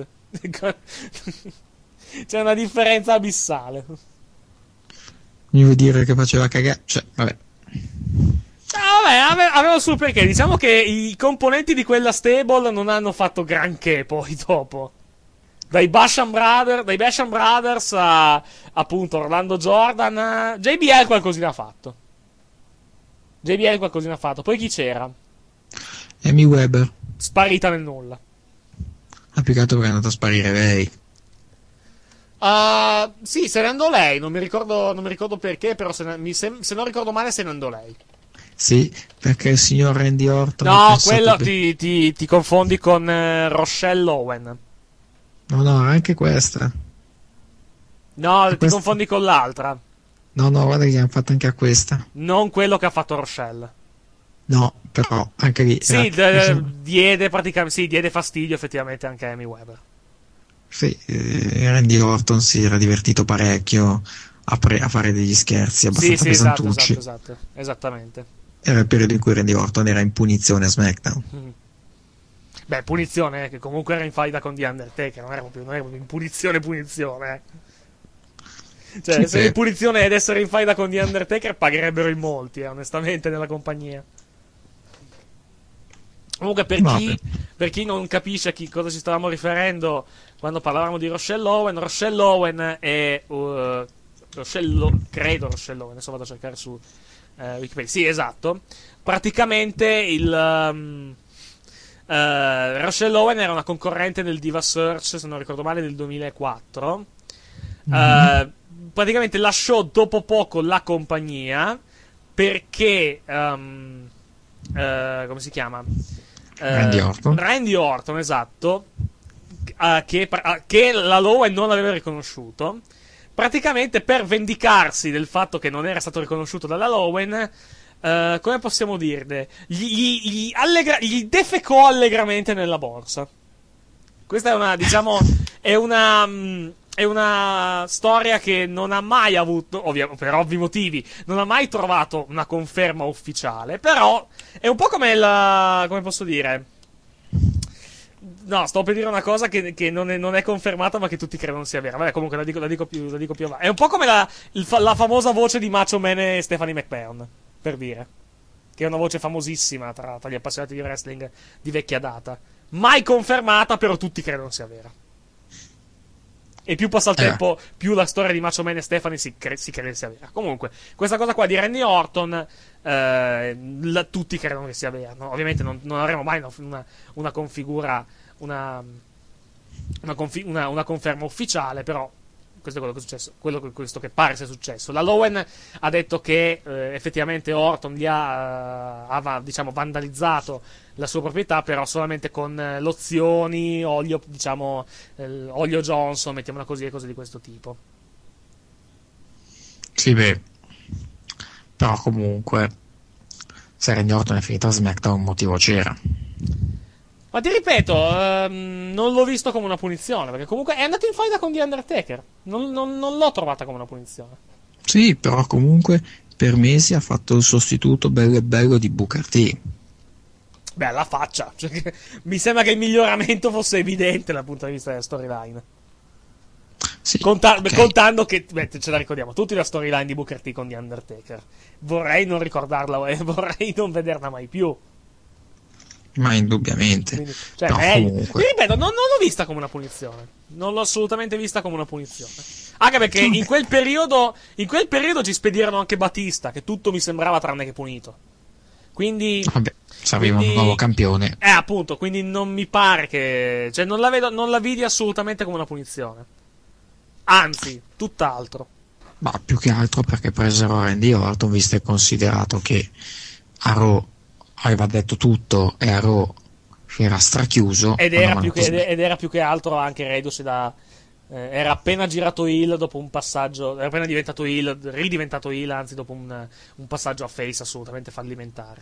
C'è una differenza abissale. Mi vuoi dire che faceva cagare? Cioè, vabbè. Ah, vabbè, ave- aveva il suo perché. Diciamo che i componenti di quella stable non hanno fatto granché poi dopo. Dai Basham Brothers, dai Basham Brothers a appunto Orlando Jordan. J B L qualcosina ha fatto. J B L qualcosina ha fatto. Poi chi c'era? Amy Weber. Sparita nel nulla. Ha più che altro perché è andata a sparire lei. Ah, sì, se ne andò lei. Non mi ricordo, non mi ricordo perché, però se, ne- mi sem- se non ricordo male se ne andò lei. Sì, perché il signor Randy Orton ha No, pensato quello che- ti, ti- ti confondi con eh, Rochelle Owen. No, no, anche questa. No, ti questa- confondi con l'altra. No, no, guarda che gli hanno fatto anche a questa. Non quello che ha fatto Rochelle. No, però, anche lì. Sì, era- d- diede praticamente, sì, diede fastidio effettivamente anche a Amy Weber. Sì, eh, Randy Orton si era divertito parecchio a, pre- a fare degli scherzi Sì, abbastanza sì, esatto, pesantucci. esatto, esatto, esattamente. Era il periodo in cui Randy Orton era in punizione a SmackDown. Mm. Beh, punizione, eh, che comunque era in faida con The Undertaker, non era proprio, non era proprio in punizione, punizione, eh. Cioè, Sì, se sì. in punizione ed essere in faida con The Undertaker pagherebbero in molti, eh, onestamente, nella compagnia. Comunque, per Vabbè. chi, per chi non capisce a chi cosa ci stavamo riferendo quando parlavamo di Rochelle Owen, Rochelle Owen è. Uh, Rochelle O- credo Rochelle Owen, adesso vado a cercare su eh, Wikipedia. Sì, esatto. Praticamente il. Um, eh, Rochelle Owen era una concorrente del Diva Search, se non ricordo male, del duemilaquattro. Eh, praticamente lasciò dopo poco la compagnia perché. Um, eh, come si chiama? Eh, Randy Orton. Randy Orton, esatto. eh, che, eh, che la Lowen non aveva riconosciuto. Praticamente per vendicarsi del fatto che non era stato riconosciuto dalla Lowen, eh, come possiamo dirne? Gli, gli, gli, allegra- gli defecò allegramente nella borsa. Questa è una, diciamo, è una. mh, È una storia che non ha mai avuto, ovvio, per ovvi motivi, non ha mai trovato una conferma ufficiale. Però è un po' come la. Come posso dire? No, sto per dire una cosa che, che non, è, non è confermata, ma che tutti credono sia vera. Vabbè, comunque la dico, la dico più, la dico più avanti. È un po' come la, il fa- la famosa voce di Macho Man e Stephanie McMahon, per dire. Che è una voce famosissima tra, tra gli appassionati di wrestling di vecchia data. Mai confermata, però tutti credono sia vera. E più passa il Eh. tempo, più la storia di Macho Man e Stephanie si, cre- si crede sia vera. Comunque, questa cosa qua di Randy Orton, eh, la- tutti credono che sia vera. No? Ovviamente non, non avremo mai una, una, una configura, una, una, confi- una, una conferma ufficiale, però questo è quello che è successo, quello che, questo che pare sia successo. La Lowen ha detto che eh, effettivamente Orton gli ha, eh, ha, diciamo, vandalizzato la sua proprietà, però solamente con eh, lozioni, olio, diciamo, eh, olio Johnson, mettiamola così, e cose di questo tipo. Sì, beh, però comunque se Randy Orton è finito a SmackDown un motivo c'era. Ma ti ripeto, ehm, non l'ho visto come una punizione, perché comunque è andato in faida con The Undertaker. Non, non, non l'ho trovata come una punizione. Sì, però comunque per mesi ha fatto il sostituto bello e bello di Booker T. Beh, alla faccia. Cioè, che- mi sembra che il miglioramento fosse evidente dal punto di vista della storyline. Sì, Conta- ok. Contando che, beh, ce la ricordiamo tutti la storyline di Booker T con The Undertaker. Vorrei non ricordarla, eh, vorrei non vederla mai più. Ma indubbiamente. Quindi, cioè, Però meglio. comunque- Ti ripeto, non, non l'ho vista come una punizione. Non l'ho assolutamente vista come una punizione. Anche perché in quel periodo, in quel periodo ci spedirono anche Batista, che tutto mi sembrava tranne che punito. Quindi. Vabbè, serviva quindi- un nuovo campione. Eh, appunto, quindi non mi pare che. Cioè, non la vedo, non la vidi assolutamente come una punizione. Anzi, tutt'altro. Ma più che altro perché presero Randy Orton, visto e considerato che a Raw aveva detto tutto e a Raw era strachiuso. Ed era, andavano più che, così. ed era più che altro anche reduce da. eh, era appena girato heel dopo un passaggio. Era appena diventato heel, ridiventato heel, anzi, dopo un, un passaggio a face assolutamente fallimentare.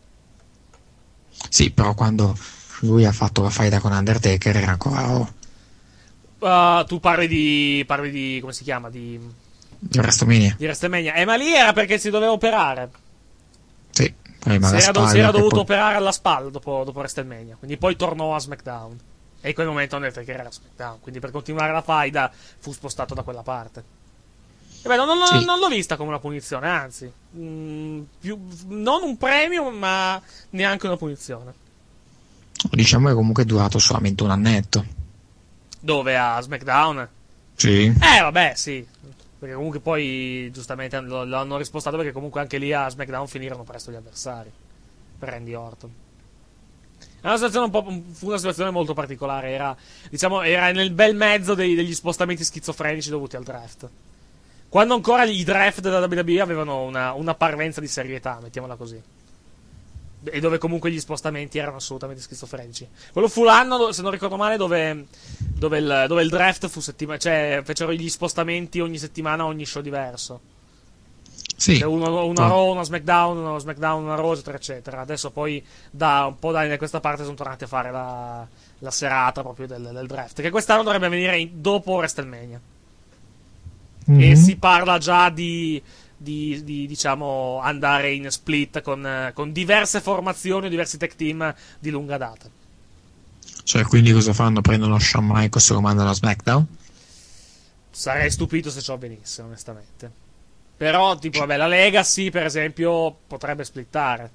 Sì, però quando lui ha fatto la faida con Undertaker era ancora Raw. Uh, tu parli di. parli di. come si chiama? Di. Di WrestleMania. di WrestleMania. Eh, ma lì era perché si doveva operare. Sì, prima Si la era, do- spalla, si era che dovuto poi- operare alla spalla dopo, dopo WrestleMania. Quindi poi tornò a SmackDown. E in quel momento Undertaker era a SmackDown. Quindi per continuare la faida fu spostato da quella parte. E beh, non, non- Sì. non l'ho vista come una punizione, anzi. mm, più- non un premio, ma neanche una punizione. Diciamo che comunque è durato solamente un annetto. Dove? A SmackDown? Sì. Eh, vabbè, sì. Perché comunque poi, giustamente, lo, lo hanno rispostato perché comunque anche lì a SmackDown finirono presto gli avversari. Per Randy Orton. È una situazione un po', fu una situazione molto particolare. Era, diciamo, era nel bel mezzo dei- degli spostamenti schizofrenici dovuti al draft. Quando ancora i draft della W W E avevano una, una parvenza di serietà, mettiamola così. E dove comunque gli spostamenti erano assolutamente schizofrenici. Quello fu l'anno, se non ricordo male, dove, dove, il, dove il draft fu settimana. Cioè, fecero gli spostamenti ogni settimana, ogni show diverso. Sì. Cioè uno, una Oh. Raw, una SmackDown, una SmackDown, una Raw, eccetera, eccetera. Adesso poi, da un po' da anni da questa parte, sono tornati a fare la, la serata proprio del, del draft. Che quest'anno dovrebbe venire in- dopo WrestleMania. Mhm. E si parla già di, di, di, diciamo, andare in split con, eh, con diverse formazioni o diversi tag team di lunga data. Cioè, quindi cosa fanno? Prendono Shawn Michaels e lo mandano a SmackDown? Sarei stupito se ciò avvenisse, onestamente. Però, tipo, vabbè, la Legacy, per esempio, potrebbe splittare.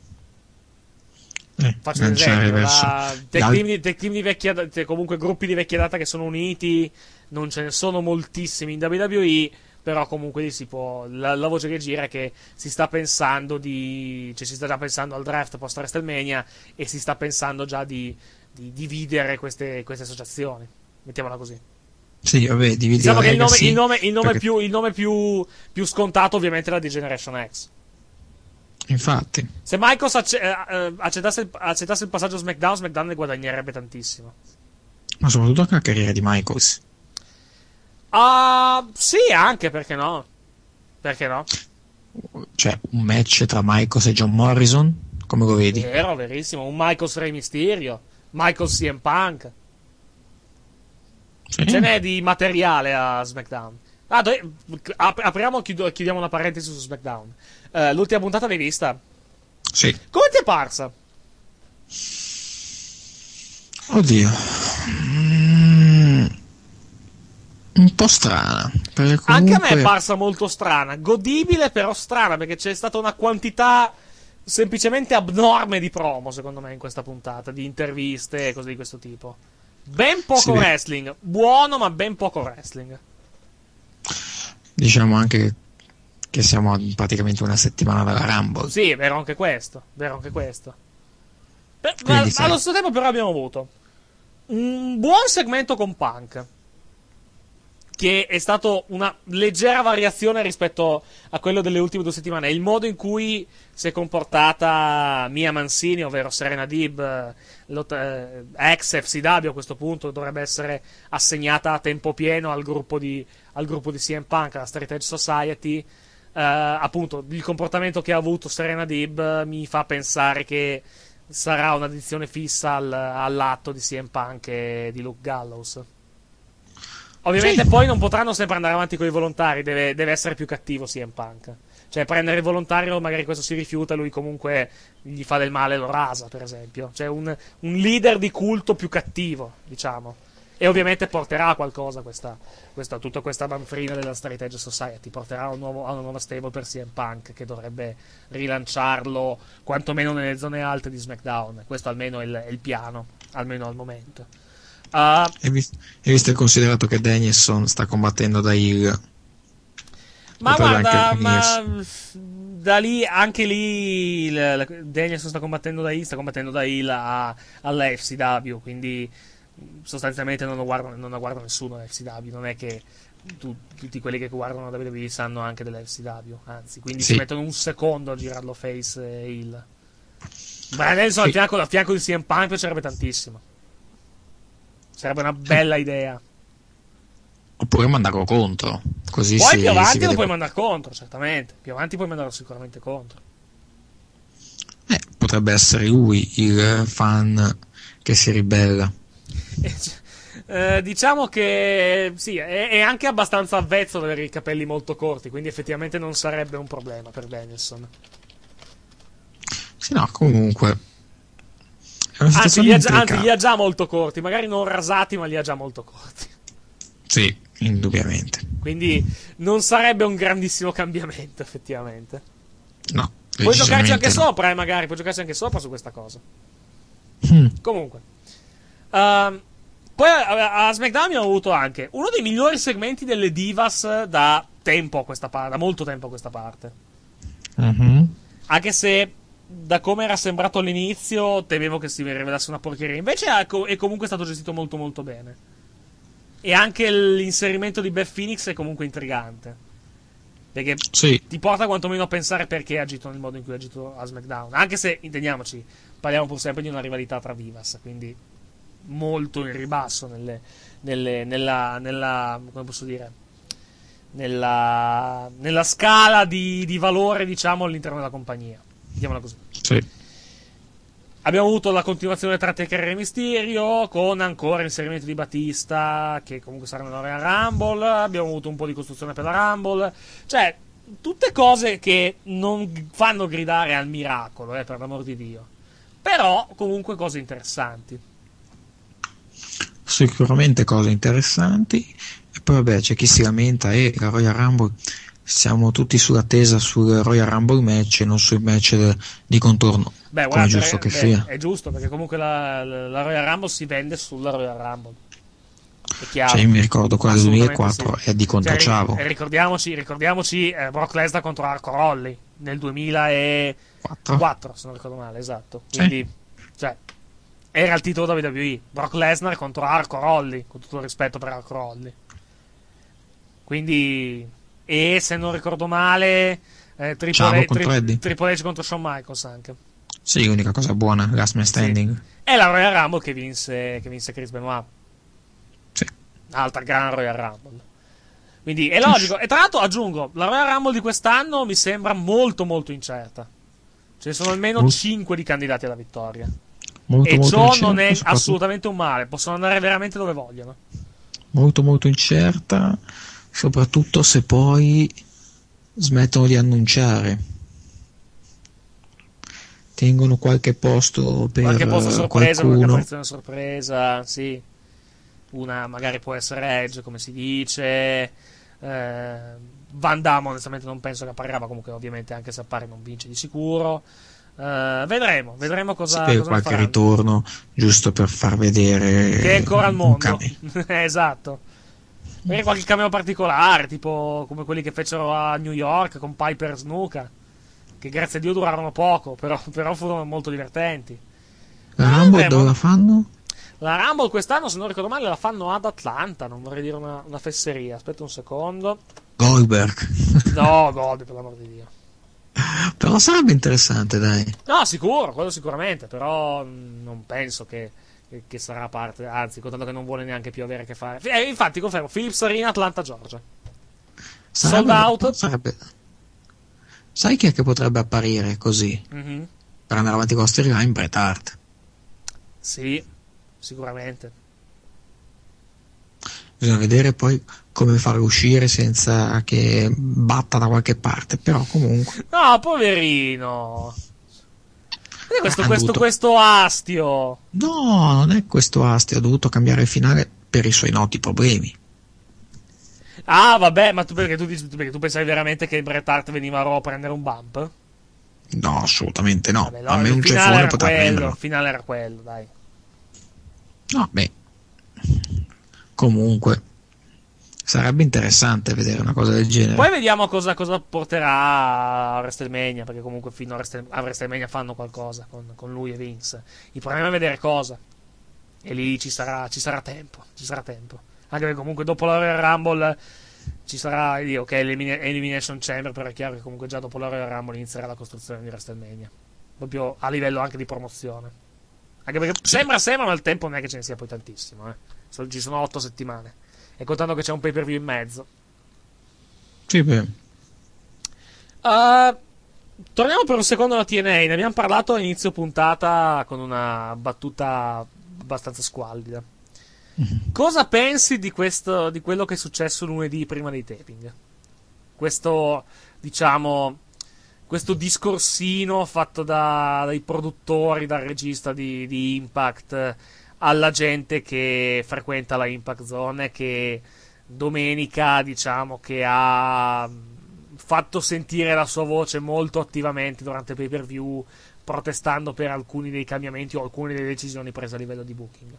Eh, Faccio un lanciare esempio, verso la- gli tech al- team, di, tech team di vecchia data, comunque gruppi di vecchia data che sono uniti, non ce ne sono moltissimi in W W E, però comunque lì si può, la, la voce che gira è che si sta pensando di, cioè si sta già pensando al draft post WrestleMania e si sta pensando già di, di dividere queste, queste associazioni, mettiamola così. Sì, vabbè, dividi Diciamo la che il nome, Legacy, il nome, il nome, perché- più, il nome più, più scontato ovviamente è la di Generation X. Infatti. Se Michaels acce- eh, eh, accettasse, il, accettasse il passaggio SmackDown, SmackDown ne guadagnerebbe tantissimo. Ma soprattutto anche la carriera di Michaels. Ah, sì, anche, perché no? Perché no? Cioè, un match tra Michaels e John Morrison, come lo vedi? Vero, verissimo. Un Michaels Rey Mysterio, Michaels C M Punk. Sì. Ce n'è di materiale a SmackDown. Ah, dove- ap- apriamo e chiudo- chiudiamo una parentesi su SmackDown. Eh, l'ultima puntata l'hai vista? Sì. Come ti è parsa? Oddio. Mm, un po' strana. Perché comunque... Anche a me è parsa molto strana. Godibile, però strana, perché c'è stata una quantità semplicemente abnorme di promo, secondo me, in questa puntata, di interviste e cose di questo tipo. Ben poco Sì, beh. wrestling, buono ma ben poco wrestling. Diciamo anche che siamo a praticamente una settimana dalla Rumble. Sì, è vero anche questo, vero anche questo. Per, ma, Quindi, ma sai. allo stesso tempo però abbiamo avuto un buon segmento con Punk, che è stato una leggera variazione rispetto a quello delle ultime due settimane. Il modo in cui si è comportata Mia Mancini, ovvero Serena Deeb, eh, ex F C W a questo punto, dovrebbe essere assegnata a tempo pieno al gruppo di, al gruppo di C M Punk, alla Straight Edge Society. Eh, appunto, il comportamento che ha avuto Serena Deeb mi fa pensare che sarà un'addizione fissa al, all'atto di C M Punk e di Luke Gallows. Ovviamente Sì. poi non potranno sempre andare avanti con i volontari, deve, deve essere più cattivo C M Punk. Cioè prendere il volontario, magari questo si rifiuta, lui comunque gli fa del male e lo rasa, per esempio. Cioè un, un leader di culto più cattivo, diciamo. E ovviamente porterà a qualcosa questa, questa, tutta questa manfrina della Straight Edge Society, porterà a, un nuovo, a una nuova stable per C M Punk che dovrebbe rilanciarlo quantomeno nelle zone alte di SmackDown. Questo almeno è il, è il piano, almeno al momento. Uh, E, vis- e visto e considerato che Danielson sta combattendo da heel, ma potrebbe guarda, anche ma unirsi. da lì, anche lì, il, la- Danielson sta combattendo da heel, sta combattendo da heel a- alla F C W, quindi sostanzialmente non lo guarda, non lo guarda nessuno alla F C W, non è che tu- tutti quelli che guardano la W W E sanno anche della F C W, anzi, quindi Sì. si mettono un secondo a girarlo face e heel. Ma adesso Sì. al fianco, al fianco di C M Punk piacerebbe tantissimo. Sarebbe una bella idea. Oppure mandarlo contro, così Poi si, più si avanti vede. lo puoi mandare contro, certamente. Più avanti puoi mandarlo sicuramente contro. Eh, potrebbe essere lui il fan che si ribella. Eh, eh, diciamo che sì, è, è anche abbastanza avvezzo ad avere i capelli molto corti, quindi effettivamente non sarebbe un problema per Danielson. Sì, no, comunque è una Anzi situazione li, ha già, anzi, intricata. li ha già molto corti, magari non rasati, ma li ha già molto corti. Sì, indubbiamente. Quindi non sarebbe un grandissimo cambiamento, effettivamente. No, Puoi giocarci anche decisamente no. sopra, eh, magari, puoi giocarci anche sopra su questa cosa. Mm. Comunque, Ehm, poi a, a SmackDown abbiamo avuto anche uno dei migliori segmenti delle Divas da tempo a questa parte, da molto tempo a questa parte. Mhm. Anche se da come era sembrato all'inizio temevo che si rivelasse una porcheria. Invece è, co- è comunque stato gestito molto molto bene. E anche l'inserimento di Beth Phoenix è comunque intrigante. Perché Sì, ti porta quantomeno a pensare perché ha agito nel modo in cui ha agito a SmackDown. Anche se, intendiamoci, parliamo pur sempre di una rivalità tra Divas, quindi molto in ribasso nelle, nelle, nella, nella, come posso dire, nella, nella scala di, di valore, diciamo, all'interno della compagnia. Diciamola così. sì. Abbiamo avuto la continuazione tra Taker e Mysterio, con ancora inserimento di Batista, che comunque sarà nella Royal Rumble. Abbiamo avuto un po' di costruzione per la Rumble. Cioè, tutte cose che non fanno gridare al miracolo, eh, per l'amor di Dio. Però, comunque, cose interessanti. Sicuramente cose interessanti. E poi vabbè, c'è chi si lamenta e la Royal Rumble, siamo tutti sull'attesa sul Royal Rumble match e non sui match de- di contorno. Beh, come è guarda, giusto eh, che beh, sia. è giusto, perché comunque la, la- la Royal Rumble si vende sulla Royal Rumble. È chiaro. Cioè, io mi ricordo quella del Assolutamente duemilaquattro sì. è di contro Cioè, ri- Ciavo. e ricordiamoci, ricordiamoci eh, Brock Lesnar contro Arco Rolli nel duemilaquattro, Quattro. se non ricordo male, esatto. Sì. Quindi, cioè, era il titolo W W E. Brock Lesnar contro Arco Rolli, con tutto il rispetto per Arco Rolli. Quindi, e se non ricordo male, eh, Triple, Ciavo H, contro Eddie. Triple H contro Shawn Michaels anche. Sì, l'unica cosa buona, Last Man Standing. È la Royal Rumble che vinse, che vinse Chris Benoit. Sì. Altra gran Royal Rumble. Quindi è logico. E tra l'altro aggiungo, la Royal Rumble di quest'anno mi sembra molto molto incerta. Ce ne sono almeno Molto. cinque di candidati alla vittoria. Molto, E molto ciò incerta, non è soprattutto- assolutamente un male. Possono andare veramente dove vogliono. molto molto incerta, soprattutto se poi smettono di annunciare, tengono qualche posto per Qualche posto eh, sorpresa, qualche qualcuno. apparizione sorpresa, sì. Una magari può essere Edge, come si dice. Eh, Van Damme, onestamente, non penso che apparirà, ma comunque, ovviamente, anche se appare, non vince di sicuro. Uh, vedremo, vedremo cosa, sì, cosa qualche faranno. ritorno giusto per far vedere che è ancora al mondo. cameo. Esatto. Magari qualche cameo particolare, tipo come quelli che fecero a New York con Piper e Snuka, che grazie a Dio durarono poco, però, però furono molto divertenti. La Ma Rumble vedremo. dove la fanno? La Rumble quest'anno, se non ricordo male, la fanno ad Atlanta, non vorrei dire una, una fesseria. Aspetta un secondo. Goldberg. No, Gold, per l'amor di Dio. Però sarebbe interessante, dai. No, sicuro, quello sicuramente, però mh, non penso che, che, che sarà parte, anzi, contando che non vuole neanche più avere a che fare. Eh, infatti, confermo, Philips Arena, Atlanta, Georgia. Sarebbe, Sold out. Sarebbe... Sai chi è che potrebbe apparire così? Mm-hmm. Per andare avanti con la storyline? Bret Hart. Sì, sicuramente. Bisogna vedere poi come farlo uscire senza che batta da qualche parte, però comunque... No, poverino. Vedi questo, Ha questo, dovuto- questo astio. No, non è questo astio, ha dovuto cambiare il finale per i suoi noti problemi. Ah, vabbè, ma tu perché tu, dici, perché tu pensavi veramente che Bret Hart veniva a Raw a prendere un bump? No, assolutamente no. Vabbè, no, A me il un finale ceffone era potrà quello, prenderlo. il finale era quello, dai. No, beh. Comunque, sarebbe interessante vedere una cosa del genere. Poi vediamo cosa, cosa porterà a WrestleMania, perché comunque fino a, Wrestle, a WrestleMania fanno qualcosa con, con lui e Vince. Il problema è vedere cosa. E lì ci sarà, ci sarà tempo, ci sarà tempo. Anche perché comunque dopo la Royal Rumble ci sarà, io, ok, Elimina- Elimination Chamber, però è chiaro che comunque già dopo la Royal Rumble inizierà la costruzione di WrestleMania. Proprio a livello anche di promozione. Anche perché sì. sembra, sembra, ma il tempo non è che ce ne sia poi tantissimo, eh. So, ci sono otto settimane. E contando che c'è un pay per view in mezzo. Sì, beh. Uh, torniamo per un secondo alla T N A. Ne abbiamo parlato a inizio puntata con una battuta abbastanza squallida. Mm-hmm. Cosa pensi di questo, di quello che è successo lunedì prima dei taping? Questo, diciamo, questo discorsino fatto da, dai produttori, dal regista di, di Impact alla gente che frequenta la Impact Zone, che domenica, diciamo, che ha fatto sentire la sua voce molto attivamente durante il pay per view, protestando per alcuni dei cambiamenti o alcune delle decisioni prese a livello di booking.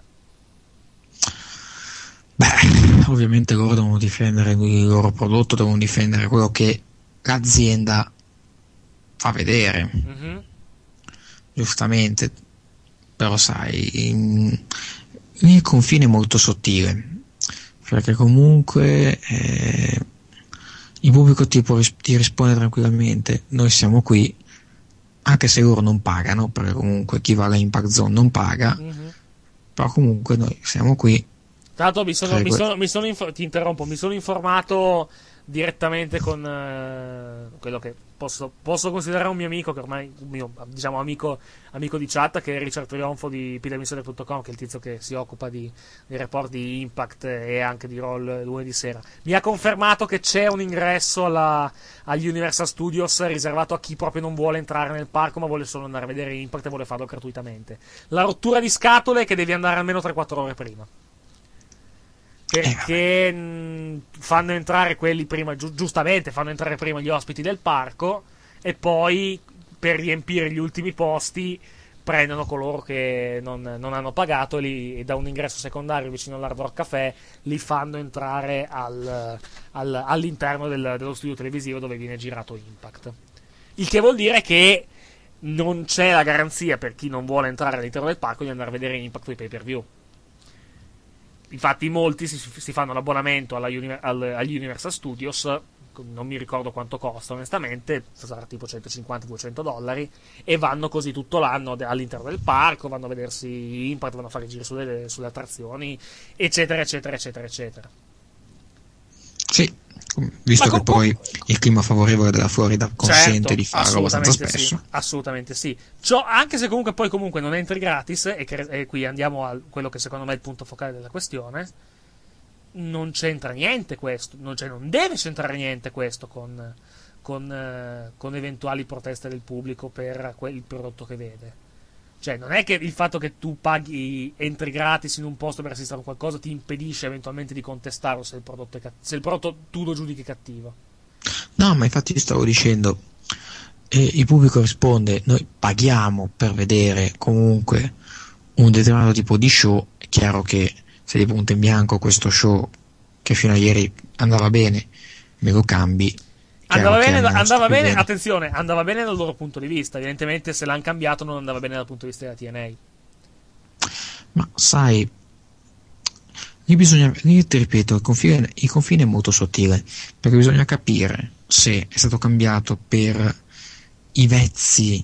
Beh, ovviamente loro devono difendere il loro prodotto, devono difendere quello che l'azienda fa vedere. Mm-hmm. Giustamente. Però sai, in... il confine è molto sottile, perché comunque eh, il pubblico ti, può, ti risponde tranquillamente: noi siamo qui, anche se loro non pagano, perché comunque chi va alla Impact Zone non paga, mm-hmm. però comunque noi siamo qui. Tanto mi sono, mi sono, mi sono inf- ti interrompo, mi sono informato direttamente con eh, quello che posso, posso considerare un mio amico, che ormai un mio, diciamo, amico, amico di chat, che è Richard Trionfo di P W Insider punto com, che è il tizio che si occupa di, dei report di Impact e anche di Raw lunedì sera. Mi ha confermato che c'è un ingresso alla, agli Universal Studios riservato a chi proprio non vuole entrare nel parco, ma vuole solo andare a vedere Impact e vuole farlo gratuitamente. La rottura di scatole è che devi andare almeno tre quattro ore prima, perché mh, fanno entrare quelli prima, gi- giustamente fanno entrare prima gli ospiti del parco, e poi per riempire gli ultimi posti prendono coloro che non, non hanno pagato e, li, e da un ingresso secondario vicino all'Hard Rock Café li fanno entrare al, al, all'interno del, dello studio televisivo dove viene girato Impact. Il che vuol dire che non c'è la garanzia per chi non vuole entrare all'interno del parco di andare a vedere Impact o i pay per view. Infatti molti si, si fanno l'abbonamento alla uni, al, agli Universal Studios, non mi ricordo quanto costa onestamente, sarà tipo centocinquanta duecento dollari, e vanno così tutto l'anno all'interno del parco, vanno a vedersi Impact, vanno a fare giri sulle, sulle attrazioni, eccetera eccetera eccetera eccetera. Sì, visto Ma che con, poi il clima favorevole della Florida consente certo, di farlo abbastanza spesso. Sì, assolutamente sì. Ciò, anche se comunque poi comunque non entri gratis, e, che, e qui andiamo a quello che secondo me è il punto focale della questione, non c'entra niente questo, non, cioè, non deve c'entrare niente questo con, con, eh, con eventuali proteste del pubblico per quel, il prodotto che vede. Cioè, non è che il fatto che tu paghi, entri gratis in un posto per assistere a qualcosa ti impedisce eventualmente di contestarlo se il prodotto, è catt- se il prodotto tu lo giudichi cattivo. No, ma infatti stavo dicendo, e il pubblico risponde noi paghiamo per vedere comunque un determinato tipo di show, è chiaro che se di punto in bianco questo show che fino a ieri andava bene me lo cambi, andava bene, andava bene, bene, attenzione, andava bene dal loro punto di vista, evidentemente se l'hanno cambiato non andava bene dal punto di vista della T N A. ma sai, lì bisogna, lì ti ripeto, il confine, il confine è molto sottile, perché bisogna capire se è stato cambiato per i vezzi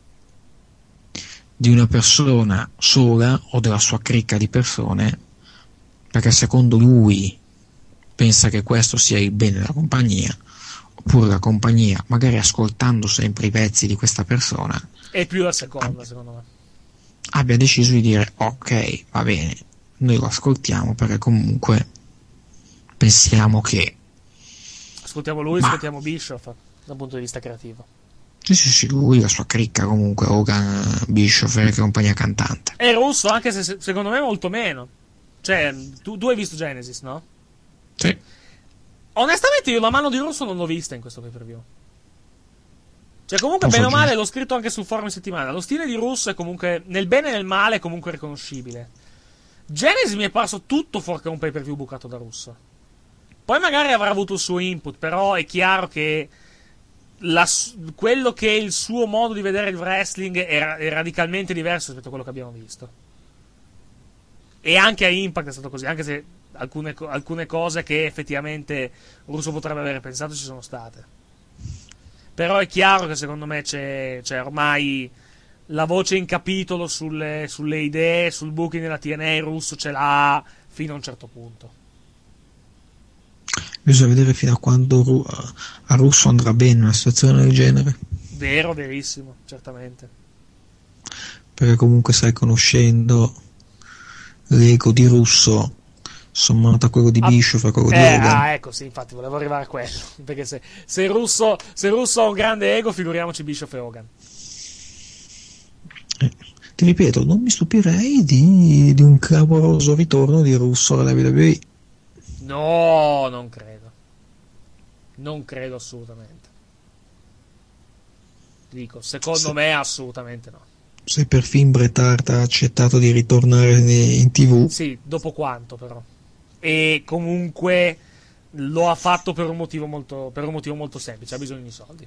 di una persona sola o della sua cricca di persone, perché secondo lui pensa che questo sia il bene della compagnia, oppure la compagnia, magari ascoltando sempre i vezzi di questa persona, è più la seconda, abbia, secondo me, abbia deciso di dire ok, va bene, noi lo ascoltiamo perché comunque pensiamo che ascoltiamo lui, Ma... ascoltiamo Bischoff dal punto di vista creativo. Sì, sì, sì, lui, la sua cricca comunque, Hogan, Bischoff e compagnia cantante. E Russo, anche se secondo me molto meno. Cioè, tu, tu hai visto Genesis, no? Sì. Onestamente io la mano di Russo non l'ho vista in questo pay-per-view. Cioè comunque Non bene o so, male l'ho scritto anche sul forum in settimana. Lo stile di Russo è comunque, nel bene e nel male, è comunque riconoscibile. Genesis mi è parso tutto fuorché un pay-per-view bucato da Russo. Poi magari avrà avuto il suo input, però è chiaro che La, quello che è il suo modo di vedere il wrestling è, è radicalmente diverso rispetto a quello che abbiamo visto, e anche a Impact è stato così, anche se alcune, alcune cose che effettivamente Russo potrebbe avere pensato ci sono state, però è chiaro che secondo me c'è, c'è ormai la voce in capitolo sulle, sulle idee, sul booking della T N A. Russo ce l'ha fino a un certo punto. Bisogna vedere fino a quando a Russo andrà bene una situazione del genere. Vero, verissimo, certamente. Perché comunque, sai, conoscendo l'ego di Russo sommato a quello di ah, Bischoff e a quello eh, di Hogan. Ah, ecco, sì, infatti volevo arrivare a quello. Perché se, se, Russo, se Russo ha un grande ego, figuriamoci Bischoff e Hogan. Eh, ti ripeto, non mi stupirei di, di un clamoroso ritorno di Russo alla W W E. No, non credo. Non credo assolutamente. Dico, secondo se, me assolutamente no. Se perfino Bret Hart ha accettato di ritornare in tivù. Sì, dopo quanto però. E comunque lo ha fatto per un motivo molto, per un motivo molto semplice, ha bisogno di soldi.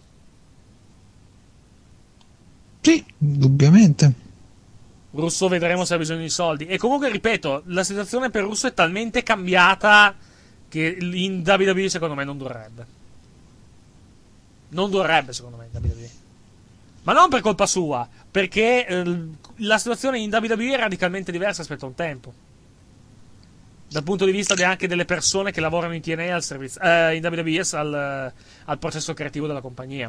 Sì, indubbiamente. Russo vedremo se ha bisogno di soldi. E comunque, ripeto, la situazione per Russo è talmente cambiata che in W W E secondo me non dovrebbe. Non dovrebbe secondo me in W W E. Ma non per colpa sua, perché eh, la situazione in W W E è radicalmente diversa rispetto a un tempo. Dal punto di vista de- anche delle persone che lavorano in T N A al servizio, eh, in W W E al, al processo creativo della compagnia.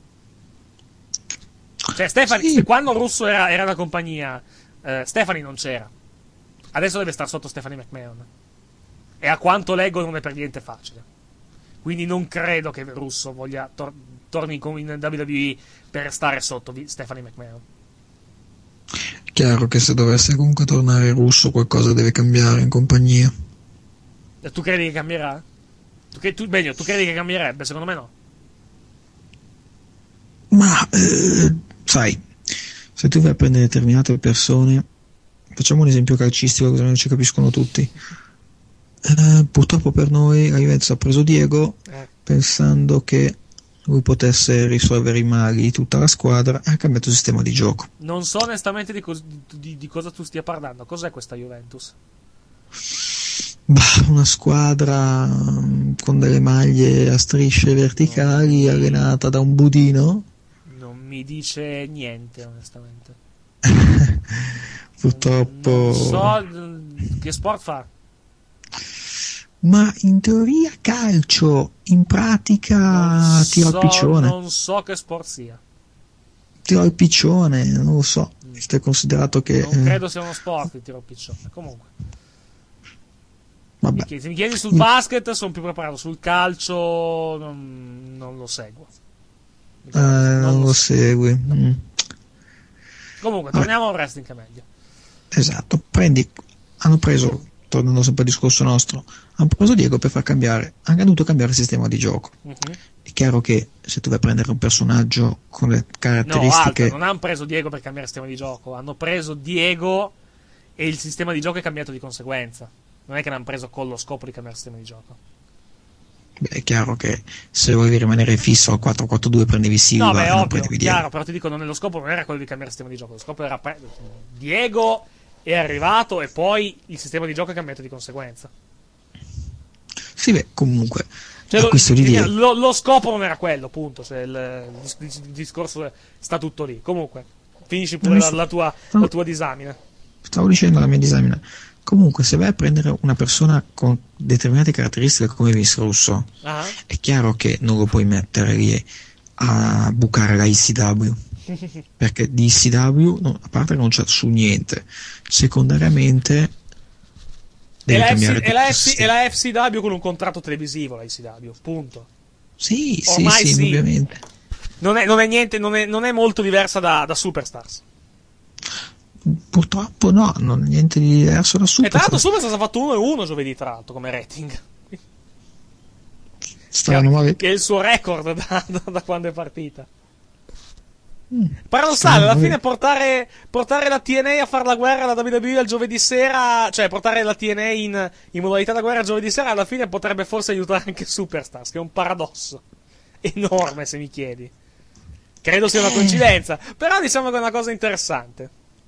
Cioè Stefani, sì. Quando Russo era, era la compagnia, eh, Stefani non c'era. Adesso deve stare sotto Stephanie McMahon. E a quanto leggo non è per niente facile. Quindi non credo che Russo voglia tor- torni in, in W W E per stare sotto Stephanie McMahon. Chiaro che se dovesse comunque tornare Russo qualcosa deve cambiare in compagnia. E tu credi che cambierà? Tu, che, tu, meglio, tu credi che cambierebbe? Secondo me no. Ma eh, sai, se tu vai a prendere determinate persone, facciamo un esempio calcistico così non ci capiscono tutti. Eh, purtroppo per noi la Juventus ha preso Diego eh. pensando che lui potesse risolvere i mali di tutta la squadra e ha cambiato il sistema di gioco. Non so onestamente di, cos- di, di cosa tu stia parlando. Cos'è questa Juventus? Bah, una squadra con delle maglie a strisce verticali, non allenata da un budino. Non mi dice niente onestamente. Purtroppo non so che sport fa. Ma in teoria calcio, in pratica non tiro so, al piccione. Non so che sport sia. Tiro al piccione, non lo so. Mm. Stai considerato che. Non credo sia uno sport il tiro al piccione. Comunque. Vabbè. Se mi chiedi sul basket, sono più preparato. Sul calcio, non, non lo seguo. Eh, non, non lo, lo segui. No. Mm. Comunque, torniamo al wrestling che è meglio. Esatto. Prendi. Hanno preso tornando sempre al discorso nostro, hanno preso Diego per far cambiare, hanno dovuto cambiare il sistema di gioco. Uh-huh. È chiaro che se tu vai a prendere un personaggio con le caratteristiche... No, altro, non hanno preso Diego per cambiare il sistema di gioco, hanno preso Diego e il sistema di gioco è cambiato di conseguenza. Non è che l'hanno preso con lo scopo di cambiare il sistema di gioco. Beh, è chiaro che se volevi rimanere fisso al quattro quattro due prendevi Silva, no, beh, non ovvio, prendevi chiaro, Diego. però ti dico, non è, lo scopo non era quello di cambiare il sistema di gioco, lo scopo era pre- Diego è arrivato e poi il sistema di gioco è cambiato di conseguenza. Sì, beh, comunque cioè, lo, di Diego. Lo, lo scopo non era quello, appunto, cioè il, il, il discorso sta tutto lì. Comunque, finisci pure la, la, tua, la tua disamina. Stavo dicendo la mia disamina. Comunque, se vai a prendere una persona con determinate caratteristiche come Vince Russo, ah. è chiaro che non lo puoi mettere lì a bucare la I C W. Perché di I C W, no, a parte che non c'è su niente, secondariamente deve è cambiare F C, è, la F C, è la F C W con un contratto televisivo, la I C W, punto. Sì, Ormai sì, sì, ovviamente. Non è, non è niente, non è, non è molto diversa da, da Superstars. Purtroppo no, non è niente di diverso da Superstars. E tra l'altro Superstars ha fatto uno e uno giovedì, tra l'altro, come rating. Strano, che, ma... che è il suo record da, da, da quando è partita. Mm. Paradossale, alla fine portare, portare la T N A a fare la guerra alla W W E al giovedì sera, cioè portare la T N A in, in modalità da guerra al giovedì sera, alla fine potrebbe forse aiutare anche Superstars, che è un paradosso enorme, se mi chiedi. Credo sia una coincidenza, però diciamo che è una cosa interessante.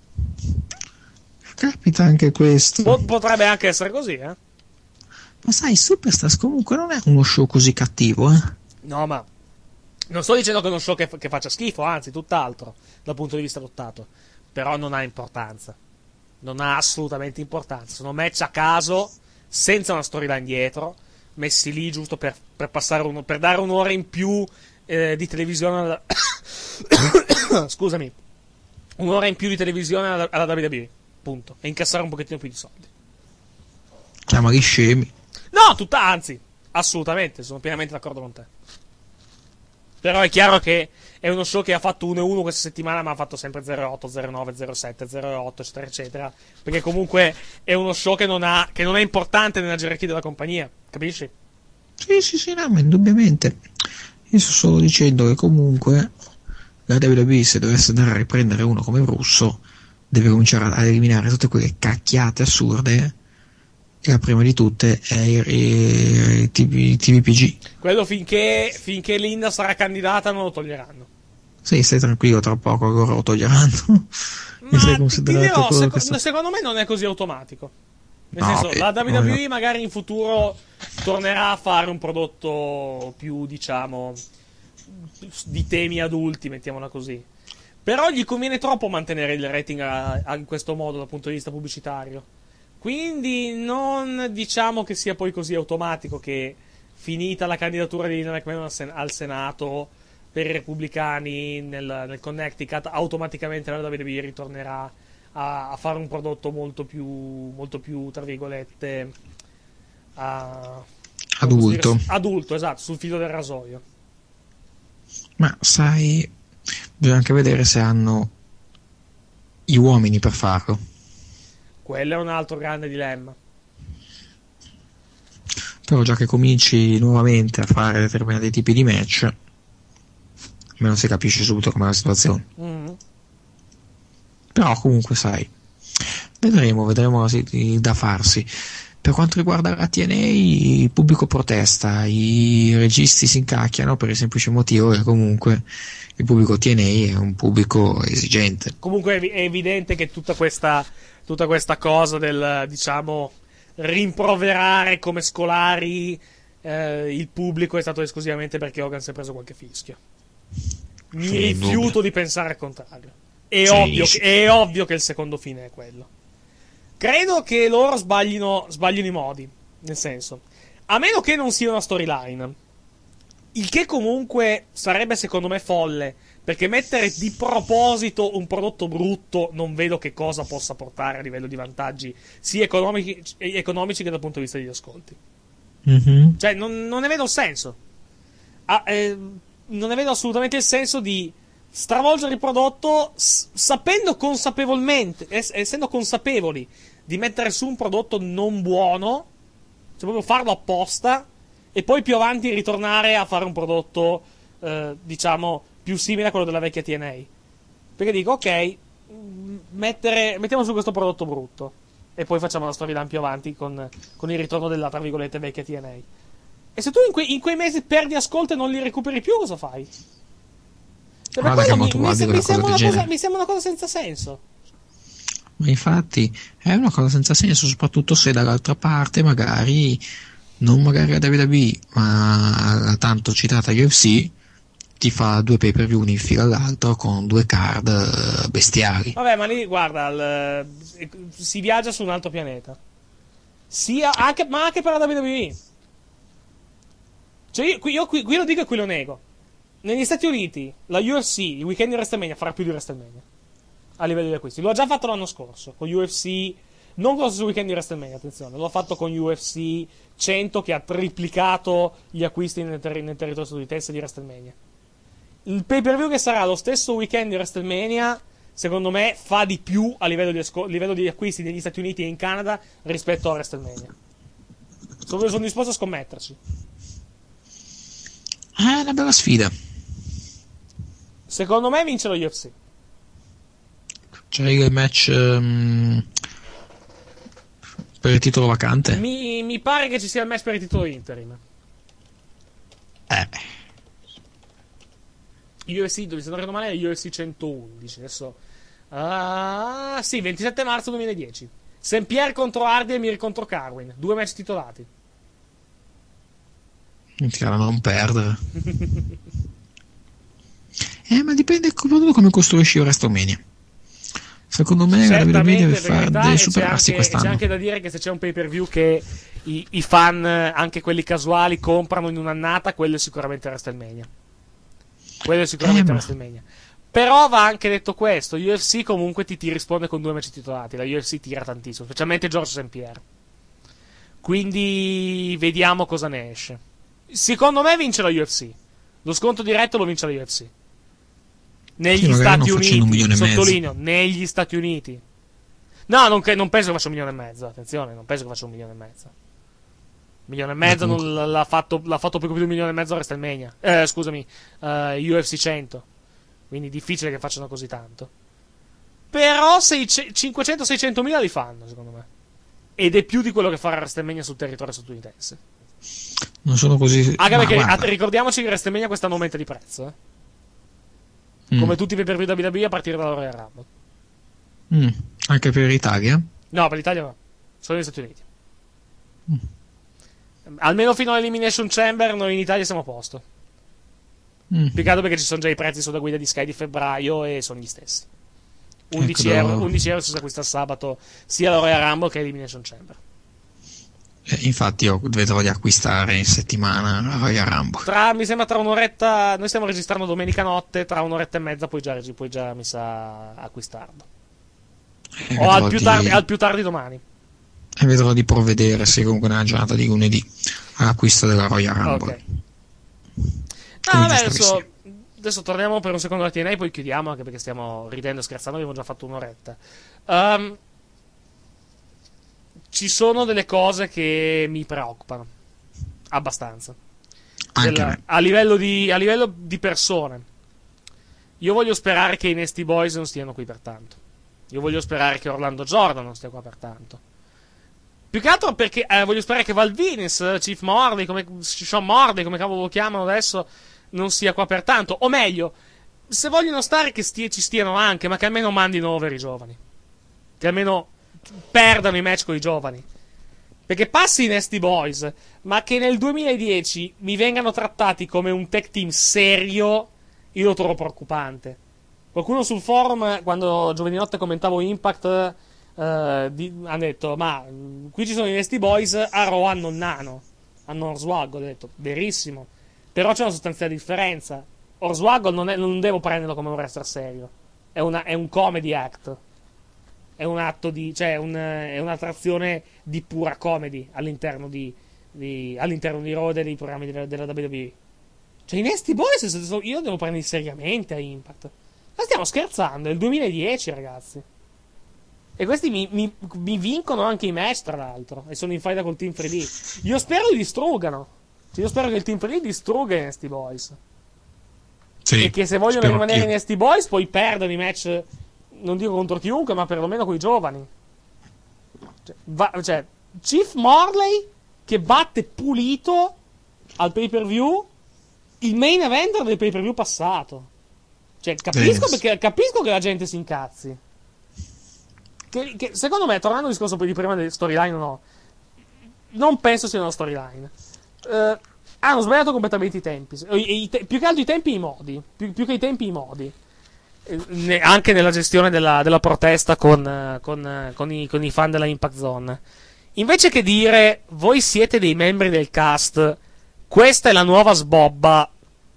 Capita anche questo. Pot- potrebbe anche essere così, eh. Ma sai, Superstars comunque non è uno show così cattivo, eh. No, ma non sto dicendo che è uno show che, che faccia schifo, anzi, tutt'altro, dal punto di vista lottato. Però non ha importanza. Non ha assolutamente importanza. Sono match a caso, senza una storyline dietro, messi lì giusto per, per passare uno, per dare un'ora in più eh, di televisione alla... Scusami. Un'ora in più di televisione alla, alla W W E. Punto. E incassare un pochettino più di soldi. Chiamali scemi. No, tutta, anzi, assolutamente, sono pienamente d'accordo con te. Però è chiaro che è uno show che ha fatto uno e uno questa settimana, ma ha fatto sempre zero otto, zero nove, zero sette, zero otto, eccetera, eccetera. Perché comunque è uno show che non ha, che non è importante nella gerarchia della compagnia, capisci? Sì, sì, sì, no, ma indubbiamente. Io sto solo dicendo che comunque la W W E, se dovesse andare a riprendere uno come Russo, deve cominciare ad eliminare tutte quelle cacchiate assurde. E la prima di tutte è il T V P G. Quello finché, finché Linda sarà candidata non lo toglieranno. Sì, stai tranquillo, tra poco loro lo toglieranno. Ma ti dirò, seco- sta... secondo me non è così automatico. Nel no, senso, beh, la W W E no. magari in futuro tornerà a fare un prodotto più, diciamo, di temi adulti, mettiamola così. Però gli conviene troppo mantenere il rating a, a, in questo modo dal punto di vista pubblicitario. Quindi non diciamo che sia poi così automatico che, finita la candidatura di Linda McMahon al, sen- al Senato per i repubblicani nel, nel Connecticut, automaticamente la W W E ritornerà a, a fare un prodotto molto più, molto più tra virgolette, a, adulto. Dire, adulto, esatto, sul filo del rasoio. Ma sai, bisogna anche vedere se hanno gli uomini per farlo. Quello è un altro grande dilemma. Però già che cominci nuovamente a fare determinati tipi di match, almeno si capisce subito com'è la situazione. Mm. Però comunque sai, vedremo, vedremo da farsi. Per quanto riguarda la T N A, il pubblico protesta, i registi si incacchiano per il semplice motivo che comunque il pubblico T N A è un pubblico esigente. Comunque è evidente che tutta questa, tutta questa cosa del, diciamo, rimproverare come scolari eh, il pubblico è stato esclusivamente perché Hogan si è preso qualche fischio. Mi sì, rifiuto dubbio. di pensare al contrario. È, sì, ovvio sì. Che, è ovvio che il secondo fine è quello. Credo che loro sbaglino, sbaglino i modi, nel senso, a meno che non sia una storyline, il che comunque sarebbe secondo me folle, perché mettere di proposito un prodotto brutto non vedo che cosa possa portare a livello di vantaggi sia economici, economici che dal punto di vista degli ascolti. Mm-hmm. Cioè non, non ne vedo il senso. Ah, eh, non ne vedo assolutamente il senso di stravolgere il prodotto s- sapendo consapevolmente, ess- essendo consapevoli di mettere su un prodotto non buono, cioè proprio farlo apposta, e poi più avanti ritornare a fare un prodotto, eh, diciamo, più simile a quello della vecchia T N A. Perché dico, ok, mettere, mettiamo su questo prodotto brutto, e poi facciamo la storyline più avanti con, con il ritorno della, tra virgolette, vecchia T N A. E se tu in, que- in quei mesi perdi ascolto e non li recuperi più, cosa fai? Cioè, per quello mi, mi, se- mi sembra una cosa, mi sembra una cosa senza senso. Ma infatti è una cosa senza senso, soprattutto se dall'altra parte magari, non magari la W W E, ma la tanto citata U F C ti fa due pay per view uno in fila all'altro con due card eh, bestiali. Vabbè, ma lì guarda, il, si viaggia su un altro pianeta. Sia anche, ma anche per la W W E. Cioè io, qui, io qui, qui lo dico e qui lo nego. Negli Stati Uniti la U F C il weekend di WrestleMania farà più di WrestleMania a livello di acquisti. Lo ha già fatto l'anno scorso con U F C, non con lo stesso weekend di WrestleMania, attenzione, l'ho fatto con U F C cento che ha triplicato gli acquisti nel, ter- nel territorio statunitense di WrestleMania. Il pay per view che sarà lo stesso weekend di WrestleMania, secondo me, fa di più a livello di, asco- livello di acquisti negli Stati Uniti e in Canada rispetto a WrestleMania. Sono, sono disposto a scommetterci. È una bella sfida. Secondo me vince lo U F C. C'è il match um, per il titolo vacante? Mi, mi pare che ci sia il match per il titolo interim. Eh. U F C, dove se non ricordo male, è U F C centoundici. Adesso. Uh, sì, ventisette marzo duemiladieci. Saint Pierre contro Hardy e Mir contro Carwin. Due match titolati. Chiaro, non perdere. eh, ma dipende soprattutto come costruisci WrestleMania. Secondo me la W W E deve, far, deve superarsi c'è anche, quest'anno. C'è anche da dire che se c'è un pay per view che i, i fan, anche quelli casuali, comprano in un'annata, quello è sicuramente WrestleMania. Quello è sicuramente eh, WrestleMania. Però va anche detto questo: U F C comunque ti, ti risponde con due match titolati. La U F C tira tantissimo, specialmente George Saint Pierre. Quindi vediamo cosa ne esce. Secondo me vince la U F C. Lo sconto diretto lo vince la U F C. Negli sì, Stati Uniti, un sottolineo, negli Stati Uniti. No, non, non penso che faccia un milione e mezzo. Attenzione, non penso che faccia un milione e mezzo. Un milione e mezzo non l'ha fatto, l'ha fatto poco più di un milione e mezzo a WrestleMania. Eh, scusami, uh, U F C cento. Quindi difficile che facciano così tanto. Però cinquecento seicento mila li fanno, secondo me. Ed è più di quello che farà WrestleMania sul territorio statunitense. Non sono così. Anche perché guarda. ricordiamoci che WrestleMania quest'anno aumenta di prezzo, eh. Mm. Come tutti i pay per view W W E a partire dalla Royal Rumble. Mm. Anche per l'Italia? No, per l'Italia no. Solo negli Stati Uniti. Mm. Almeno fino all'Elimination Chamber noi in Italia siamo a posto. Mm. Peccato perché ci sono già i prezzi sulla guida di Sky di febbraio e sono gli stessi. undici euro, undici euro se si acquista il sabato sia la Royal Rumble che l'Elimination Chamber. Eh, infatti io vedrò di acquistare in settimana la Royal Rumble. Tra, mi sembra tra un'oretta. Noi stiamo registrando domenica notte. Tra un'oretta e mezza puoi già, puoi già mi sa, acquistarlo. Eh, o al più, di... tardi, al più tardi domani. E vedrò di provvedere, se comunque nella giornata di lunedì, all'acquisto della Royal Rumble. Ok. No, vabbè, adesso, adesso torniamo per un secondo alla T N A, poi chiudiamo, anche perché stiamo ridendo e scherzando, abbiamo già fatto un'oretta. Um, ci sono delle cose che mi preoccupano abbastanza. Della, a, livello di, a livello di persone. Io voglio sperare che i Nasty Boys non stiano qui per tanto. Io voglio sperare che Orlando Jordan non stia qua per tanto. Più che altro perché eh, voglio sperare che Val Venis, Chief Morley, come Sean Morley, come cavolo lo chiamano adesso, non sia qua per tanto. O meglio, se vogliono stare che stia, ci stiano anche, ma che almeno mandino over i giovani. Che almeno perdano i match con i giovani. Perché passi i Nasty Boys, ma che nel duemiladieci mi vengano trattati come un tag team serio, io lo trovo preoccupante. Qualcuno sul forum, quando giovedì notte commentavo Impact, uh, di, ha detto: ma qui ci sono i Nasty Boys, a Raw hanno Nano, hanno Hornswoggle. Ho detto: verissimo, però c'è una sostanziale differenza. Hornswoggle non, è, non devo prenderlo come un wrestler serio, è, una, è un comedy act. È un atto di, cioè un, è un'attrazione di pura comedy all'interno di, di all'interno di Raw e dei programmi della, della W W E. Cioè i Nasty Boys io devo prenderli seriamente a Impact. Ma stiamo scherzando, è il duemiladieci, ragazzi. E questi mi, mi, mi vincono anche i match, tra l'altro. E sono in faida col Team tre D. Io spero li distruggano. Cioè, io spero che il Team tre D distrugga i Nasty Boys. Sì, e che se vogliono rimanere anch'io. in Nasty Boys poi perdono i match, non dico contro chiunque, ma perlomeno con i giovani. Cioè, va, cioè, Chief Morley che batte pulito al pay per view il main eventer del pay per view passato. Cioè, capisco, Yes. perché, capisco che la gente si incazzi. Che, che secondo me, tornando al discorso di prima delle storyline, no, non penso sia una storyline. Eh, hanno sbagliato completamente i tempi. I, i te- più che altro i tempi e i modi. Più, più che i tempi e i modi. Eh, ne- anche nella gestione della, della protesta con, eh, con, eh, con, i, con i fan della Impact Zone. Invece che dire, voi siete dei membri del cast, questa è la nuova sbobba,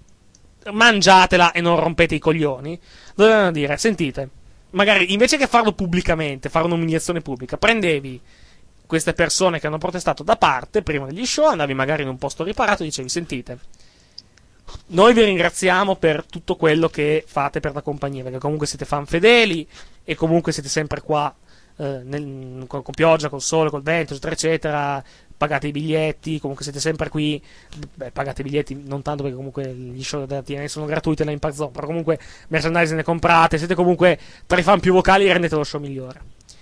mangiatela e non rompete i coglioni, dovevano dire, sentite, magari invece che farlo pubblicamente, fare un'umiliazione pubblica, prendevi queste persone che hanno protestato da parte prima degli show, andavi magari in un posto riparato e dicevi, sentite, noi vi ringraziamo per tutto quello che fate per la compagnia, perché comunque siete fan fedeli e comunque siete sempre qua eh, nel, con, con pioggia, col sole, col vento, eccetera eccetera, pagate i biglietti, comunque siete sempre qui. Beh, pagate i biglietti non tanto perché comunque gli show della T N A sono gratuiti nella Impact Zone, però comunque merchandise ne comprate, siete comunque tra i fan più vocali e rendete lo show migliore.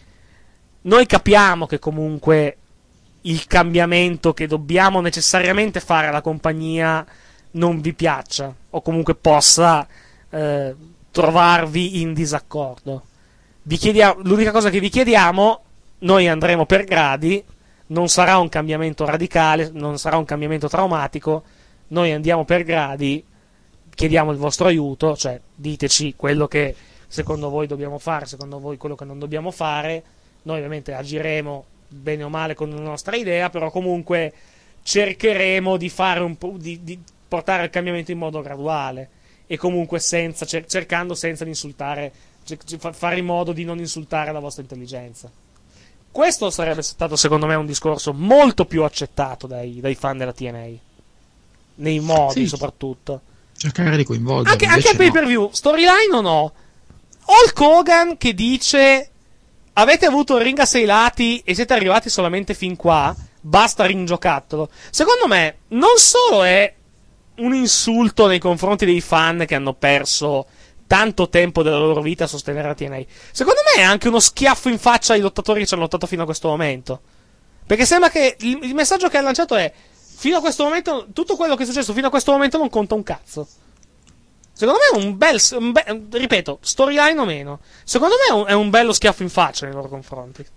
Noi capiamo che comunque il cambiamento che dobbiamo necessariamente fare alla compagnia non vi piaccia o comunque possa eh, trovarvi in disaccordo. Vi chiediamo, l'unica cosa che vi chiediamo, noi andremo per gradi, non sarà un cambiamento radicale, non sarà un cambiamento traumatico, noi andiamo per gradi, chiediamo il vostro aiuto, cioè diteci quello che secondo voi dobbiamo fare, secondo voi quello che non dobbiamo fare, noi ovviamente agiremo bene o male con la nostra idea, però comunque cercheremo di fare un po', di, di portare il cambiamento in modo graduale e comunque senza, cer- cercando senza di insultare, cer- fare in modo di non insultare la vostra intelligenza. Questo sarebbe stato secondo me un discorso molto più accettato dai, dai fan della T N A, nei modi Sì. soprattutto. Cercare di coinvolgere. Anche, anche al invece pay no. per view, storyline o no? Hulk Hogan che dice: avete avuto il ring a sei lati e siete arrivati solamente fin qua, basta ringiocattolo. Secondo me non solo è un insulto nei confronti dei fan che hanno perso tanto tempo della loro vita a sostenere la T N A, secondo me è anche uno schiaffo in faccia ai lottatori che ci hanno lottato fino a questo momento, perché sembra che il, il messaggio che ha lanciato è: fino a questo momento tutto quello che è successo fino a questo momento non conta un cazzo. Secondo me è un bel, un be- ripeto, storyline o meno, secondo me è un, è un bello schiaffo in faccia nei loro confronti.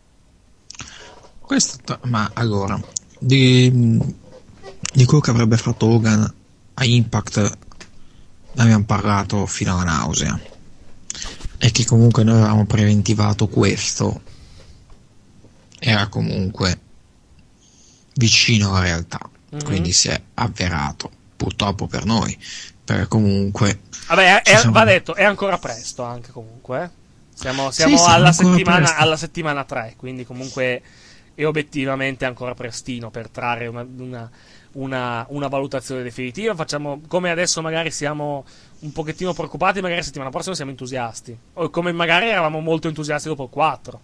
Questo, ma allora, di, di quello che avrebbe fatto Hogan a Impact ne abbiamo parlato fino alla nausea, e che comunque noi avevamo preventivato questo, era comunque vicino alla realtà, Mm-hmm. quindi si è avverato, purtroppo per noi, perché comunque Vabbè, è, ci sono- va detto, è ancora presto anche comunque. Eh. Siamo, siamo Sì, siamo alla, ancora settimana, presto. alla settimana tre, quindi comunque è obiettivamente ancora prestino per trarre una, una, una, una valutazione definitiva. Facciamo come adesso, magari siamo un pochettino preoccupati, magari la settimana prossima siamo entusiasti. O come magari eravamo molto entusiasti dopo il quattro.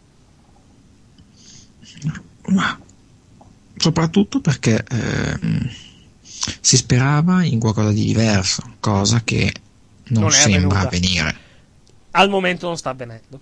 ma soprattutto perché ehm, si sperava in qualcosa di diverso, cosa che non, Non è sembra avvenuta. avvenire. Al momento non sta avvenendo.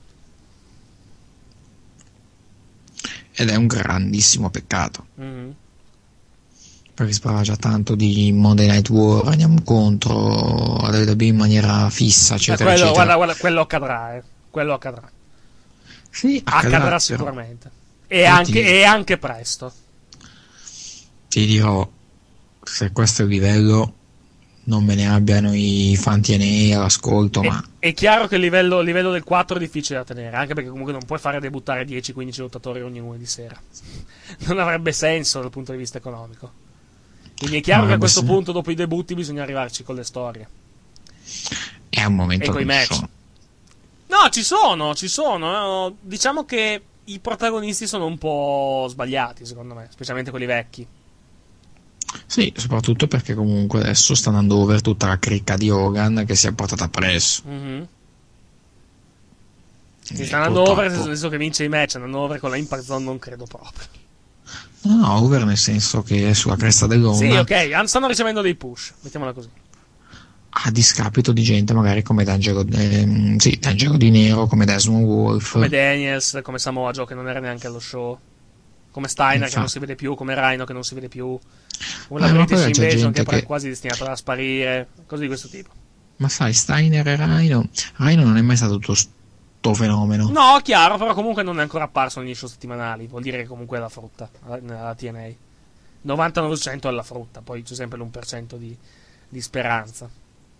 Ed è un grandissimo peccato, Mhm. perché si parlava già tanto di Monday Night War, andiamo contro la W W E in maniera fissa, Eh, eccetera, quello, eccetera. guarda, guarda, quello accadrà, eh. Quello accadrà. Sì, Accadrà, però sicuramente. E Infatti- anche, e anche presto. ti dirò, se questo è il livello, non me ne abbiano i fan T N A all'ascolto, È, ma è chiaro che il livello, il livello del quattro è difficile da tenere, anche perché comunque non puoi fare debuttare dieci quindici lottatori ogni lunedì sera. Non avrebbe senso dal punto di vista economico. Quindi è chiaro No, che a avrebbe questo sen- punto, dopo i debutti, bisogna arrivarci con le storie. è un momento E coi che non ci match. sono. No, ci sono, ci sono. eh, Diciamo che i protagonisti sono un po' sbagliati, secondo me, specialmente quelli vecchi. Sì, soprattutto perché comunque adesso sta andando over tutta la cricca di Hogan che si è portata appresso. Mhm. Si sta andando over, nel senso che vince i match, andando over con la Impact Zone non credo proprio. No, no, over nel senso che è sulla cresta dell'onda. Sì, ok, stanno ricevendo dei push, mettiamola così. A discapito di gente magari come D'Angelo, ehm, sì, D'Angelo Di Nero, come Desmond Wolf, come Daniels, come Samoa Joe che non era neanche allo show, come Steiner Infatti. che non si vede più, come Rhino che non si vede più, come Ah, la ma British poi c'è Invasion gente che è che- quasi destinata a sparire, cose di questo tipo. ma sai, Steiner e Rhino, Rhino non è mai stato tutto sto fenomeno. No, chiaro, però comunque non è ancora apparso negli show settimanali, vuol dire che comunque è la frutta, nella T N A. novantanove per cento è la frutta, poi c'è sempre l'uno per cento di, di speranza.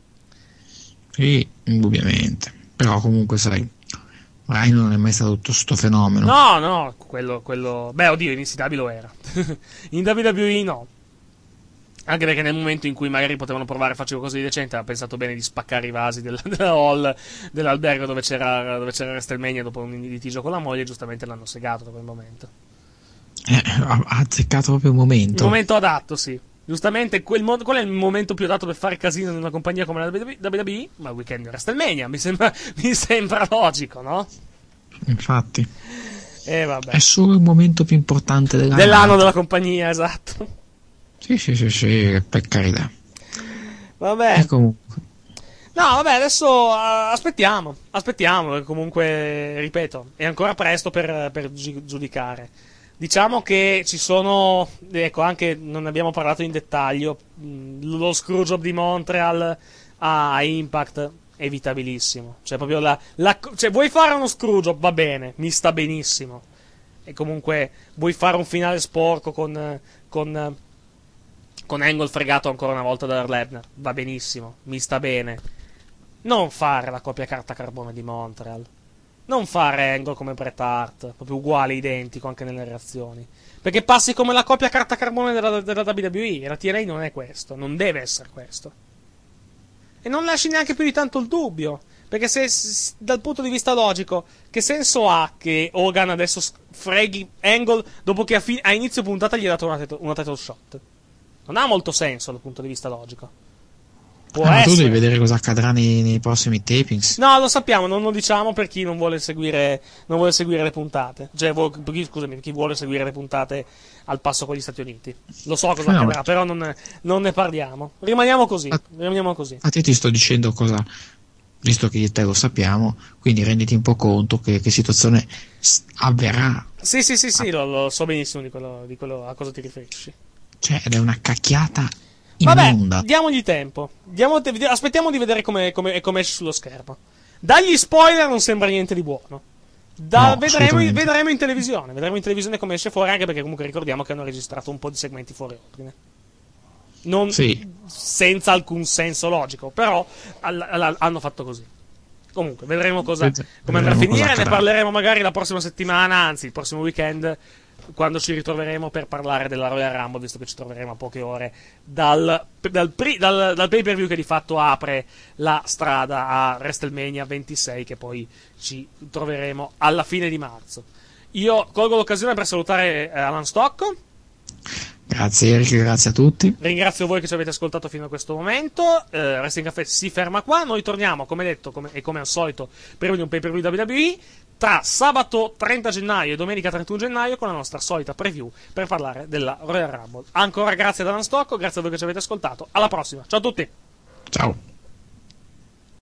Sì, indubbiamente. Però comunque sai, Rhino non è mai stato tutto sto fenomeno. No, no, quello, quello... Beh, oddio, in I C W lo era. In W W E no. Anche perché nel momento in cui magari potevano provare a fare qualcosa di decente, ha pensato bene di spaccare i vasi della, della hall dell'albergo dove c'era, dove c'era WrestleMania dopo un litigio con la moglie, giustamente l'hanno segato da quel momento. Eh, ha ha azzeccato proprio il Il momento. momento adatto, sì. Giustamente, quel, mo- qual è il momento più adatto per fare casino in una compagnia come la W W E? Ma il weekend di WrestleMania, mi sembra, mi sembra logico, no? Infatti. E vabbè. È solo il momento più importante dell'anno. Dell'anno della compagnia, esatto. Sì, sì, sì, sì, per carità. Vabbè. E comunque. No, vabbè, adesso uh, aspettiamo, aspettiamo, perché comunque, ripeto, è ancora presto per, per gi- giudicare. Diciamo che ci sono, ecco, anche, non ne abbiamo parlato in dettaglio, mh, lo screwjob di Montreal a Impact è evitabilissimo. Cioè, proprio la, la, cioè, vuoi fare uno screwjob, va bene, mi sta benissimo. E comunque, vuoi fare un finale sporco con, con, con Angle fregato ancora una volta da Lebner, va benissimo, mi sta bene. Non fare la copia carta carbone di Montreal. Non fare Angle come Bret Hart, proprio uguale, identico anche nelle reazioni. Perché passi come la copia carta carbone della, della W W E, e la T N A non è questo, non deve essere questo. E non lasci neanche più di tanto il dubbio. Perché se, se dal punto di vista logico, che senso ha che Hogan adesso freghi Angle dopo che a, fi- a inizio puntata gli ha dato una, tet- una title shot? Non ha molto senso dal punto di vista logico. Può Ah, ma tu essere. devi vedere cosa accadrà nei, nei prossimi tapings. No, lo sappiamo, non lo diciamo per chi non vuole seguire, non vuole seguire le puntate. Cioè, vuol- per chi, scusami, per chi vuole seguire le puntate al passo con gli Stati Uniti. Lo so cosa No, accadrà, ma- però non, non ne parliamo. Rimaniamo così, Ah. rimaniamo così. A te ti sto dicendo cosa, visto che io e te lo sappiamo, quindi renditi un po' conto che, che situazione s- avverrà. Sì, sì, sì, sì, lo, lo so benissimo di quello, di quello a cosa ti riferisci. Cioè, ed è una cacchiata Vabbè, immonda. diamogli tempo. Diamo- aspettiamo di vedere come, come, come esce sullo schermo. Dagli spoiler non sembra niente di buono. Da- No, vedremo, assolutamente. vedremo in televisione. Vedremo in televisione come esce fuori, anche perché comunque ricordiamo che hanno registrato un po' di segmenti fuori ordine. Non, Sì. senza alcun senso logico, però all- all- hanno fatto così. Comunque, vedremo cosa, Ved- come andrà a vedremo cosa finire. Ne accadrà. parleremo magari la prossima settimana, anzi, il prossimo weekend, quando ci ritroveremo per parlare della Royal Rumble, visto che ci troveremo a poche ore dal, dal, pri- dal, dal pay per view che di fatto apre la strada a WrestleMania ventisei, che poi ci troveremo alla fine di marzo. Io colgo l'occasione per salutare eh, Alan Stocco. Grazie Eric, grazie a tutti. Ringrazio voi che ci avete ascoltato fino a questo momento. eh, Wrestling Café si ferma qua. Noi torniamo, come detto, come, e come al solito, prima di un pay per view W W E, tra sabato trenta gennaio e domenica trentuno gennaio, con la nostra solita preview per parlare della Royal Rumble. Ancora grazie ad Alan Stocco, grazie a voi che ci avete ascoltato. Alla prossima, ciao a tutti. Ciao.